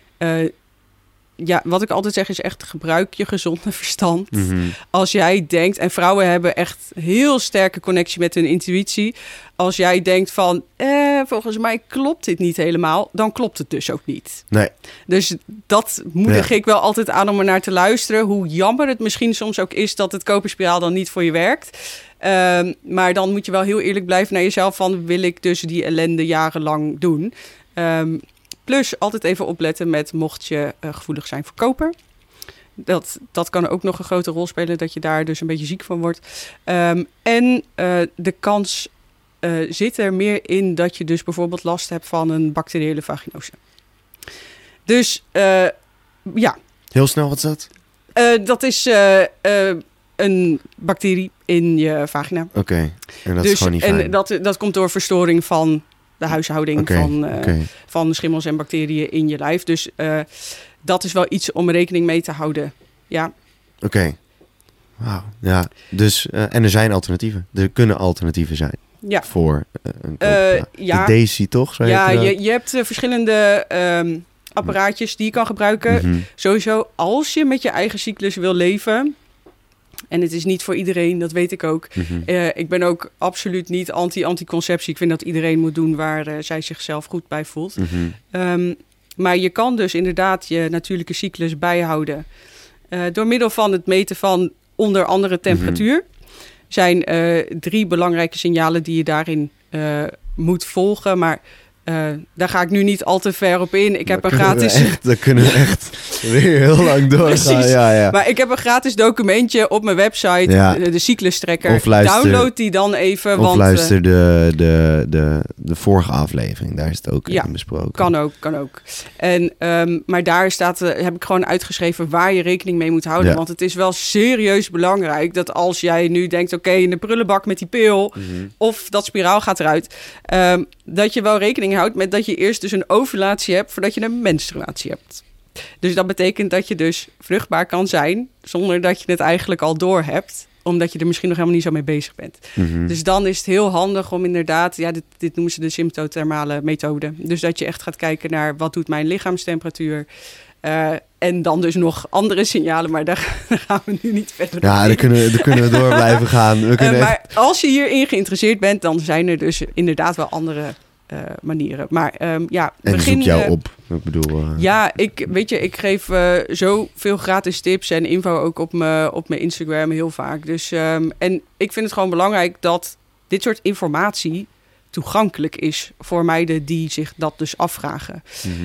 Wat ik altijd zeg is echt gebruik je gezonde verstand. Mm-hmm. Als jij denkt, en vrouwen hebben echt heel sterke connectie met hun intuïtie. Als jij denkt van, volgens mij klopt dit niet helemaal, dan klopt het dus ook niet. Nee. Dus dat moedig ik wel altijd aan om er naar te luisteren. Hoe jammer het misschien soms ook is dat het koperspiraal dan niet voor je werkt. Maar dan moet je wel heel eerlijk blijven naar jezelf van, wil ik dus die ellende jarenlang doen? Plus altijd even opletten met mocht je gevoelig zijn voor koper. Dat kan ook nog een grote rol spelen, dat je daar dus een beetje ziek van wordt. En de kans zit er meer in dat je dus bijvoorbeeld last hebt van een bacteriële vaginose. Dus Heel snel, wat is dat? Dat is een bacterie in je vagina. Oké. En dat is gewoon niet fijn. En dat komt door verstoring van de huishouding van schimmels en bacteriën in je lijf. Dus dat is wel iets om rekening mee te houden. Ja. Oké. Wauw. Ja, dus en er zijn alternatieven. Er kunnen alternatieven zijn voor een de Daisy, toch? Ja, je hebt verschillende apparaatjes die je kan gebruiken. Sowieso, als je met je eigen cyclus wil leven. En het is niet voor iedereen, dat weet ik ook. Ik ben ook absoluut niet anti-anticonceptie. Ik vind dat iedereen moet doen waar zij zichzelf goed bij voelt. Maar je kan dus inderdaad je natuurlijke cyclus bijhouden. Door middel van het meten van onder andere temperatuur. Zijn 3 belangrijke signalen die je daarin moet volgen. Maar daar ga ik nu niet al te ver op in. Ik heb een gratis... Daar kunnen we echt weer heel lang doorgaan. Ja. Maar ik heb een gratis documentje op mijn website. De cyclustrekker. Download die dan even. Of luister de vorige aflevering. Daar is het ook in besproken. Kan ook. En, maar daar heb ik gewoon uitgeschreven waar je rekening mee moet houden. Want het is wel serieus belangrijk dat als jij nu denkt... oké, in de prullenbak met die pil... of dat spiraal gaat eruit... dat je wel rekening houdt met dat je eerst dus een ovulatie hebt... voordat je een menstruatie hebt. Dus dat betekent dat je dus vruchtbaar kan zijn... zonder dat je het eigenlijk al door hebt... omdat je er misschien nog helemaal niet zo mee bezig bent. Dus dan is het heel handig om inderdaad... dit noemen ze de symptothermale methode. Dus dat je echt gaat kijken naar... wat doet mijn lichaamstemperatuur... en dan dus nog andere signalen, maar daar gaan we nu niet verder Ja, daar kunnen we door blijven gaan. Maar als je hierin geïnteresseerd bent, dan zijn er dus inderdaad wel andere manieren. Maar en zoek jou op. Ik bedoel... ik geef zoveel gratis tips en info ook op mijn Instagram heel vaak. Dus, en ik vind het gewoon belangrijk dat dit soort informatie toegankelijk is voor meiden die zich dat dus afvragen.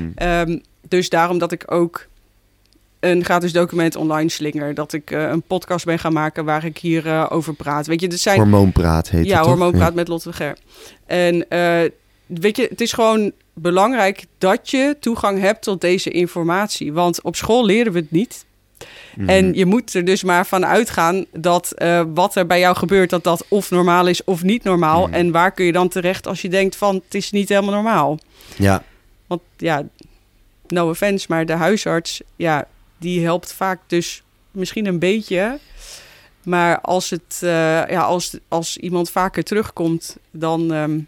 Dus daarom dat ik ook een gratis document online slinger. Dat ik een podcast ben gaan maken waar ik hier over praat. Weet je, dit zijn... Hormoonpraat heet het, ja, Hormoonpraat met Lotte de Ger. En weet je, het is gewoon belangrijk dat je toegang hebt tot deze informatie. Want op school leren we het niet. En je moet er dus maar van uitgaan dat wat er bij jou gebeurt... dat of normaal is of niet normaal. En waar kun je dan terecht als je denkt van... het is niet helemaal normaal. Ja. Want no offense, maar de huisarts... die helpt vaak dus misschien een beetje. Maar als iemand vaker terugkomt... dan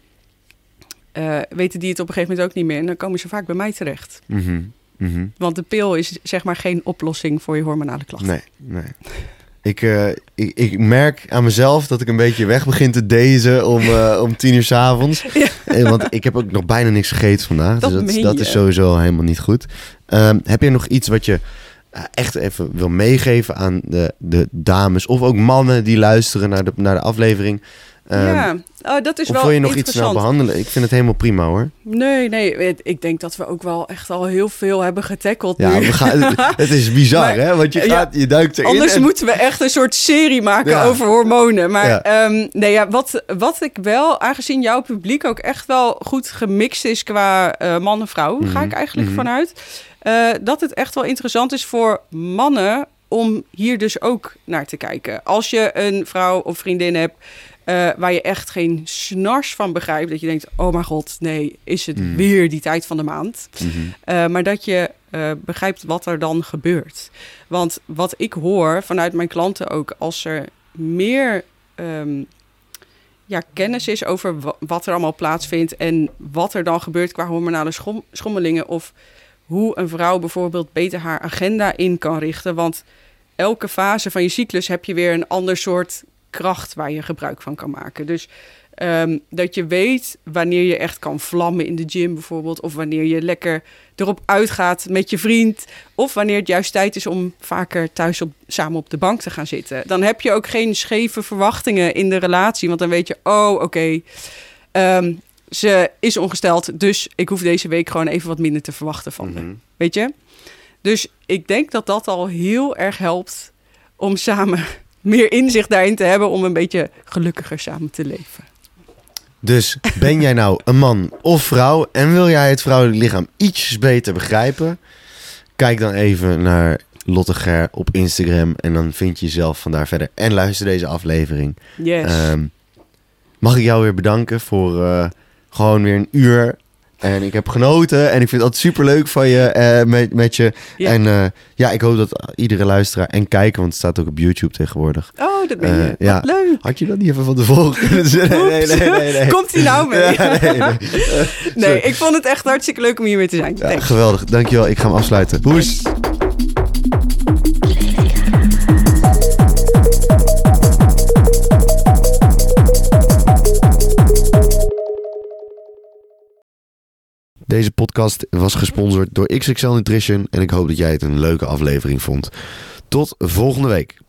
weten die het op een gegeven moment ook niet meer. En dan komen ze vaak bij mij terecht. Want de pil is zeg maar geen oplossing voor je hormonale klachten. Nee. Ik merk aan mezelf dat ik een beetje weg begin te dezen om 10:00 's avonds. Want ik heb ook nog bijna niks gegeten vandaag. Dat is sowieso helemaal niet goed. Heb je nog iets wat je echt even wil meegeven aan de dames... of ook mannen die luisteren naar de aflevering... dat is of wil je nog iets snel behandelen? Ik vind het helemaal prima, hoor. Nee. Ik denk dat we ook wel echt al heel veel hebben getackeld nu. Het is bizar, hè? Want je duikt erin. Anders moeten we echt een soort serie maken over hormonen. Maar wat ik wel, aangezien jouw publiek ook echt wel goed gemixt is qua man en vrouw... ga ik eigenlijk vanuit... dat het echt wel interessant is voor mannen... om hier dus ook naar te kijken. Als je een vrouw of vriendin hebt... waar je echt geen snars van begrijpt... dat je denkt, oh mijn god, nee, is het weer die tijd van de maand? Maar dat je begrijpt wat er dan gebeurt. Want wat ik hoor vanuit mijn klanten ook... als er meer kennis is over wat er allemaal plaatsvindt... en wat er dan gebeurt qua hormonale schommelingen... of hoe een vrouw bijvoorbeeld beter haar agenda in kan richten. Want elke fase van je cyclus heb je weer een ander soort kracht waar je gebruik van kan maken. Dus dat je weet wanneer je echt kan vlammen in de gym bijvoorbeeld... of wanneer je lekker erop uitgaat met je vriend... of wanneer het juist tijd is om vaker thuis samen op de bank te gaan zitten. Dan heb je ook geen scheve verwachtingen in de relatie... want dan weet je, oké, ze is ongesteld... dus ik hoef deze week gewoon even wat minder te verwachten van me. Weet je? Dus ik denk dat dat al heel erg helpt om samen... meer inzicht daarin te hebben om een beetje gelukkiger samen te leven. Dus ben jij nou een man of vrouw en wil jij het vrouwelijk lichaam ietsjes beter begrijpen? Kijk dan even naar Lotte Ger op Instagram en dan vind je jezelf vandaar verder. En luister deze aflevering. Yes. Mag ik jou weer bedanken voor gewoon weer een uur En ik heb genoten. En ik vind het altijd superleuk van je, met je. Ja. En ik hoop dat iedere luisteraar en kijker, want het staat ook op YouTube tegenwoordig. Oh, dat ben je. Ja. Wat leuk. Had je dat niet even van tevoren kunnen zeggen? Nee. Komt hij nou mee? Ja, nee. Nee, ik vond het echt hartstikke leuk om hiermee te zijn. Ja, geweldig. Dankjewel. Ik ga hem afsluiten. Hoes. Deze podcast was gesponsord door XXL Nutrition en ik hoop dat jij het een leuke aflevering vond. Tot volgende week.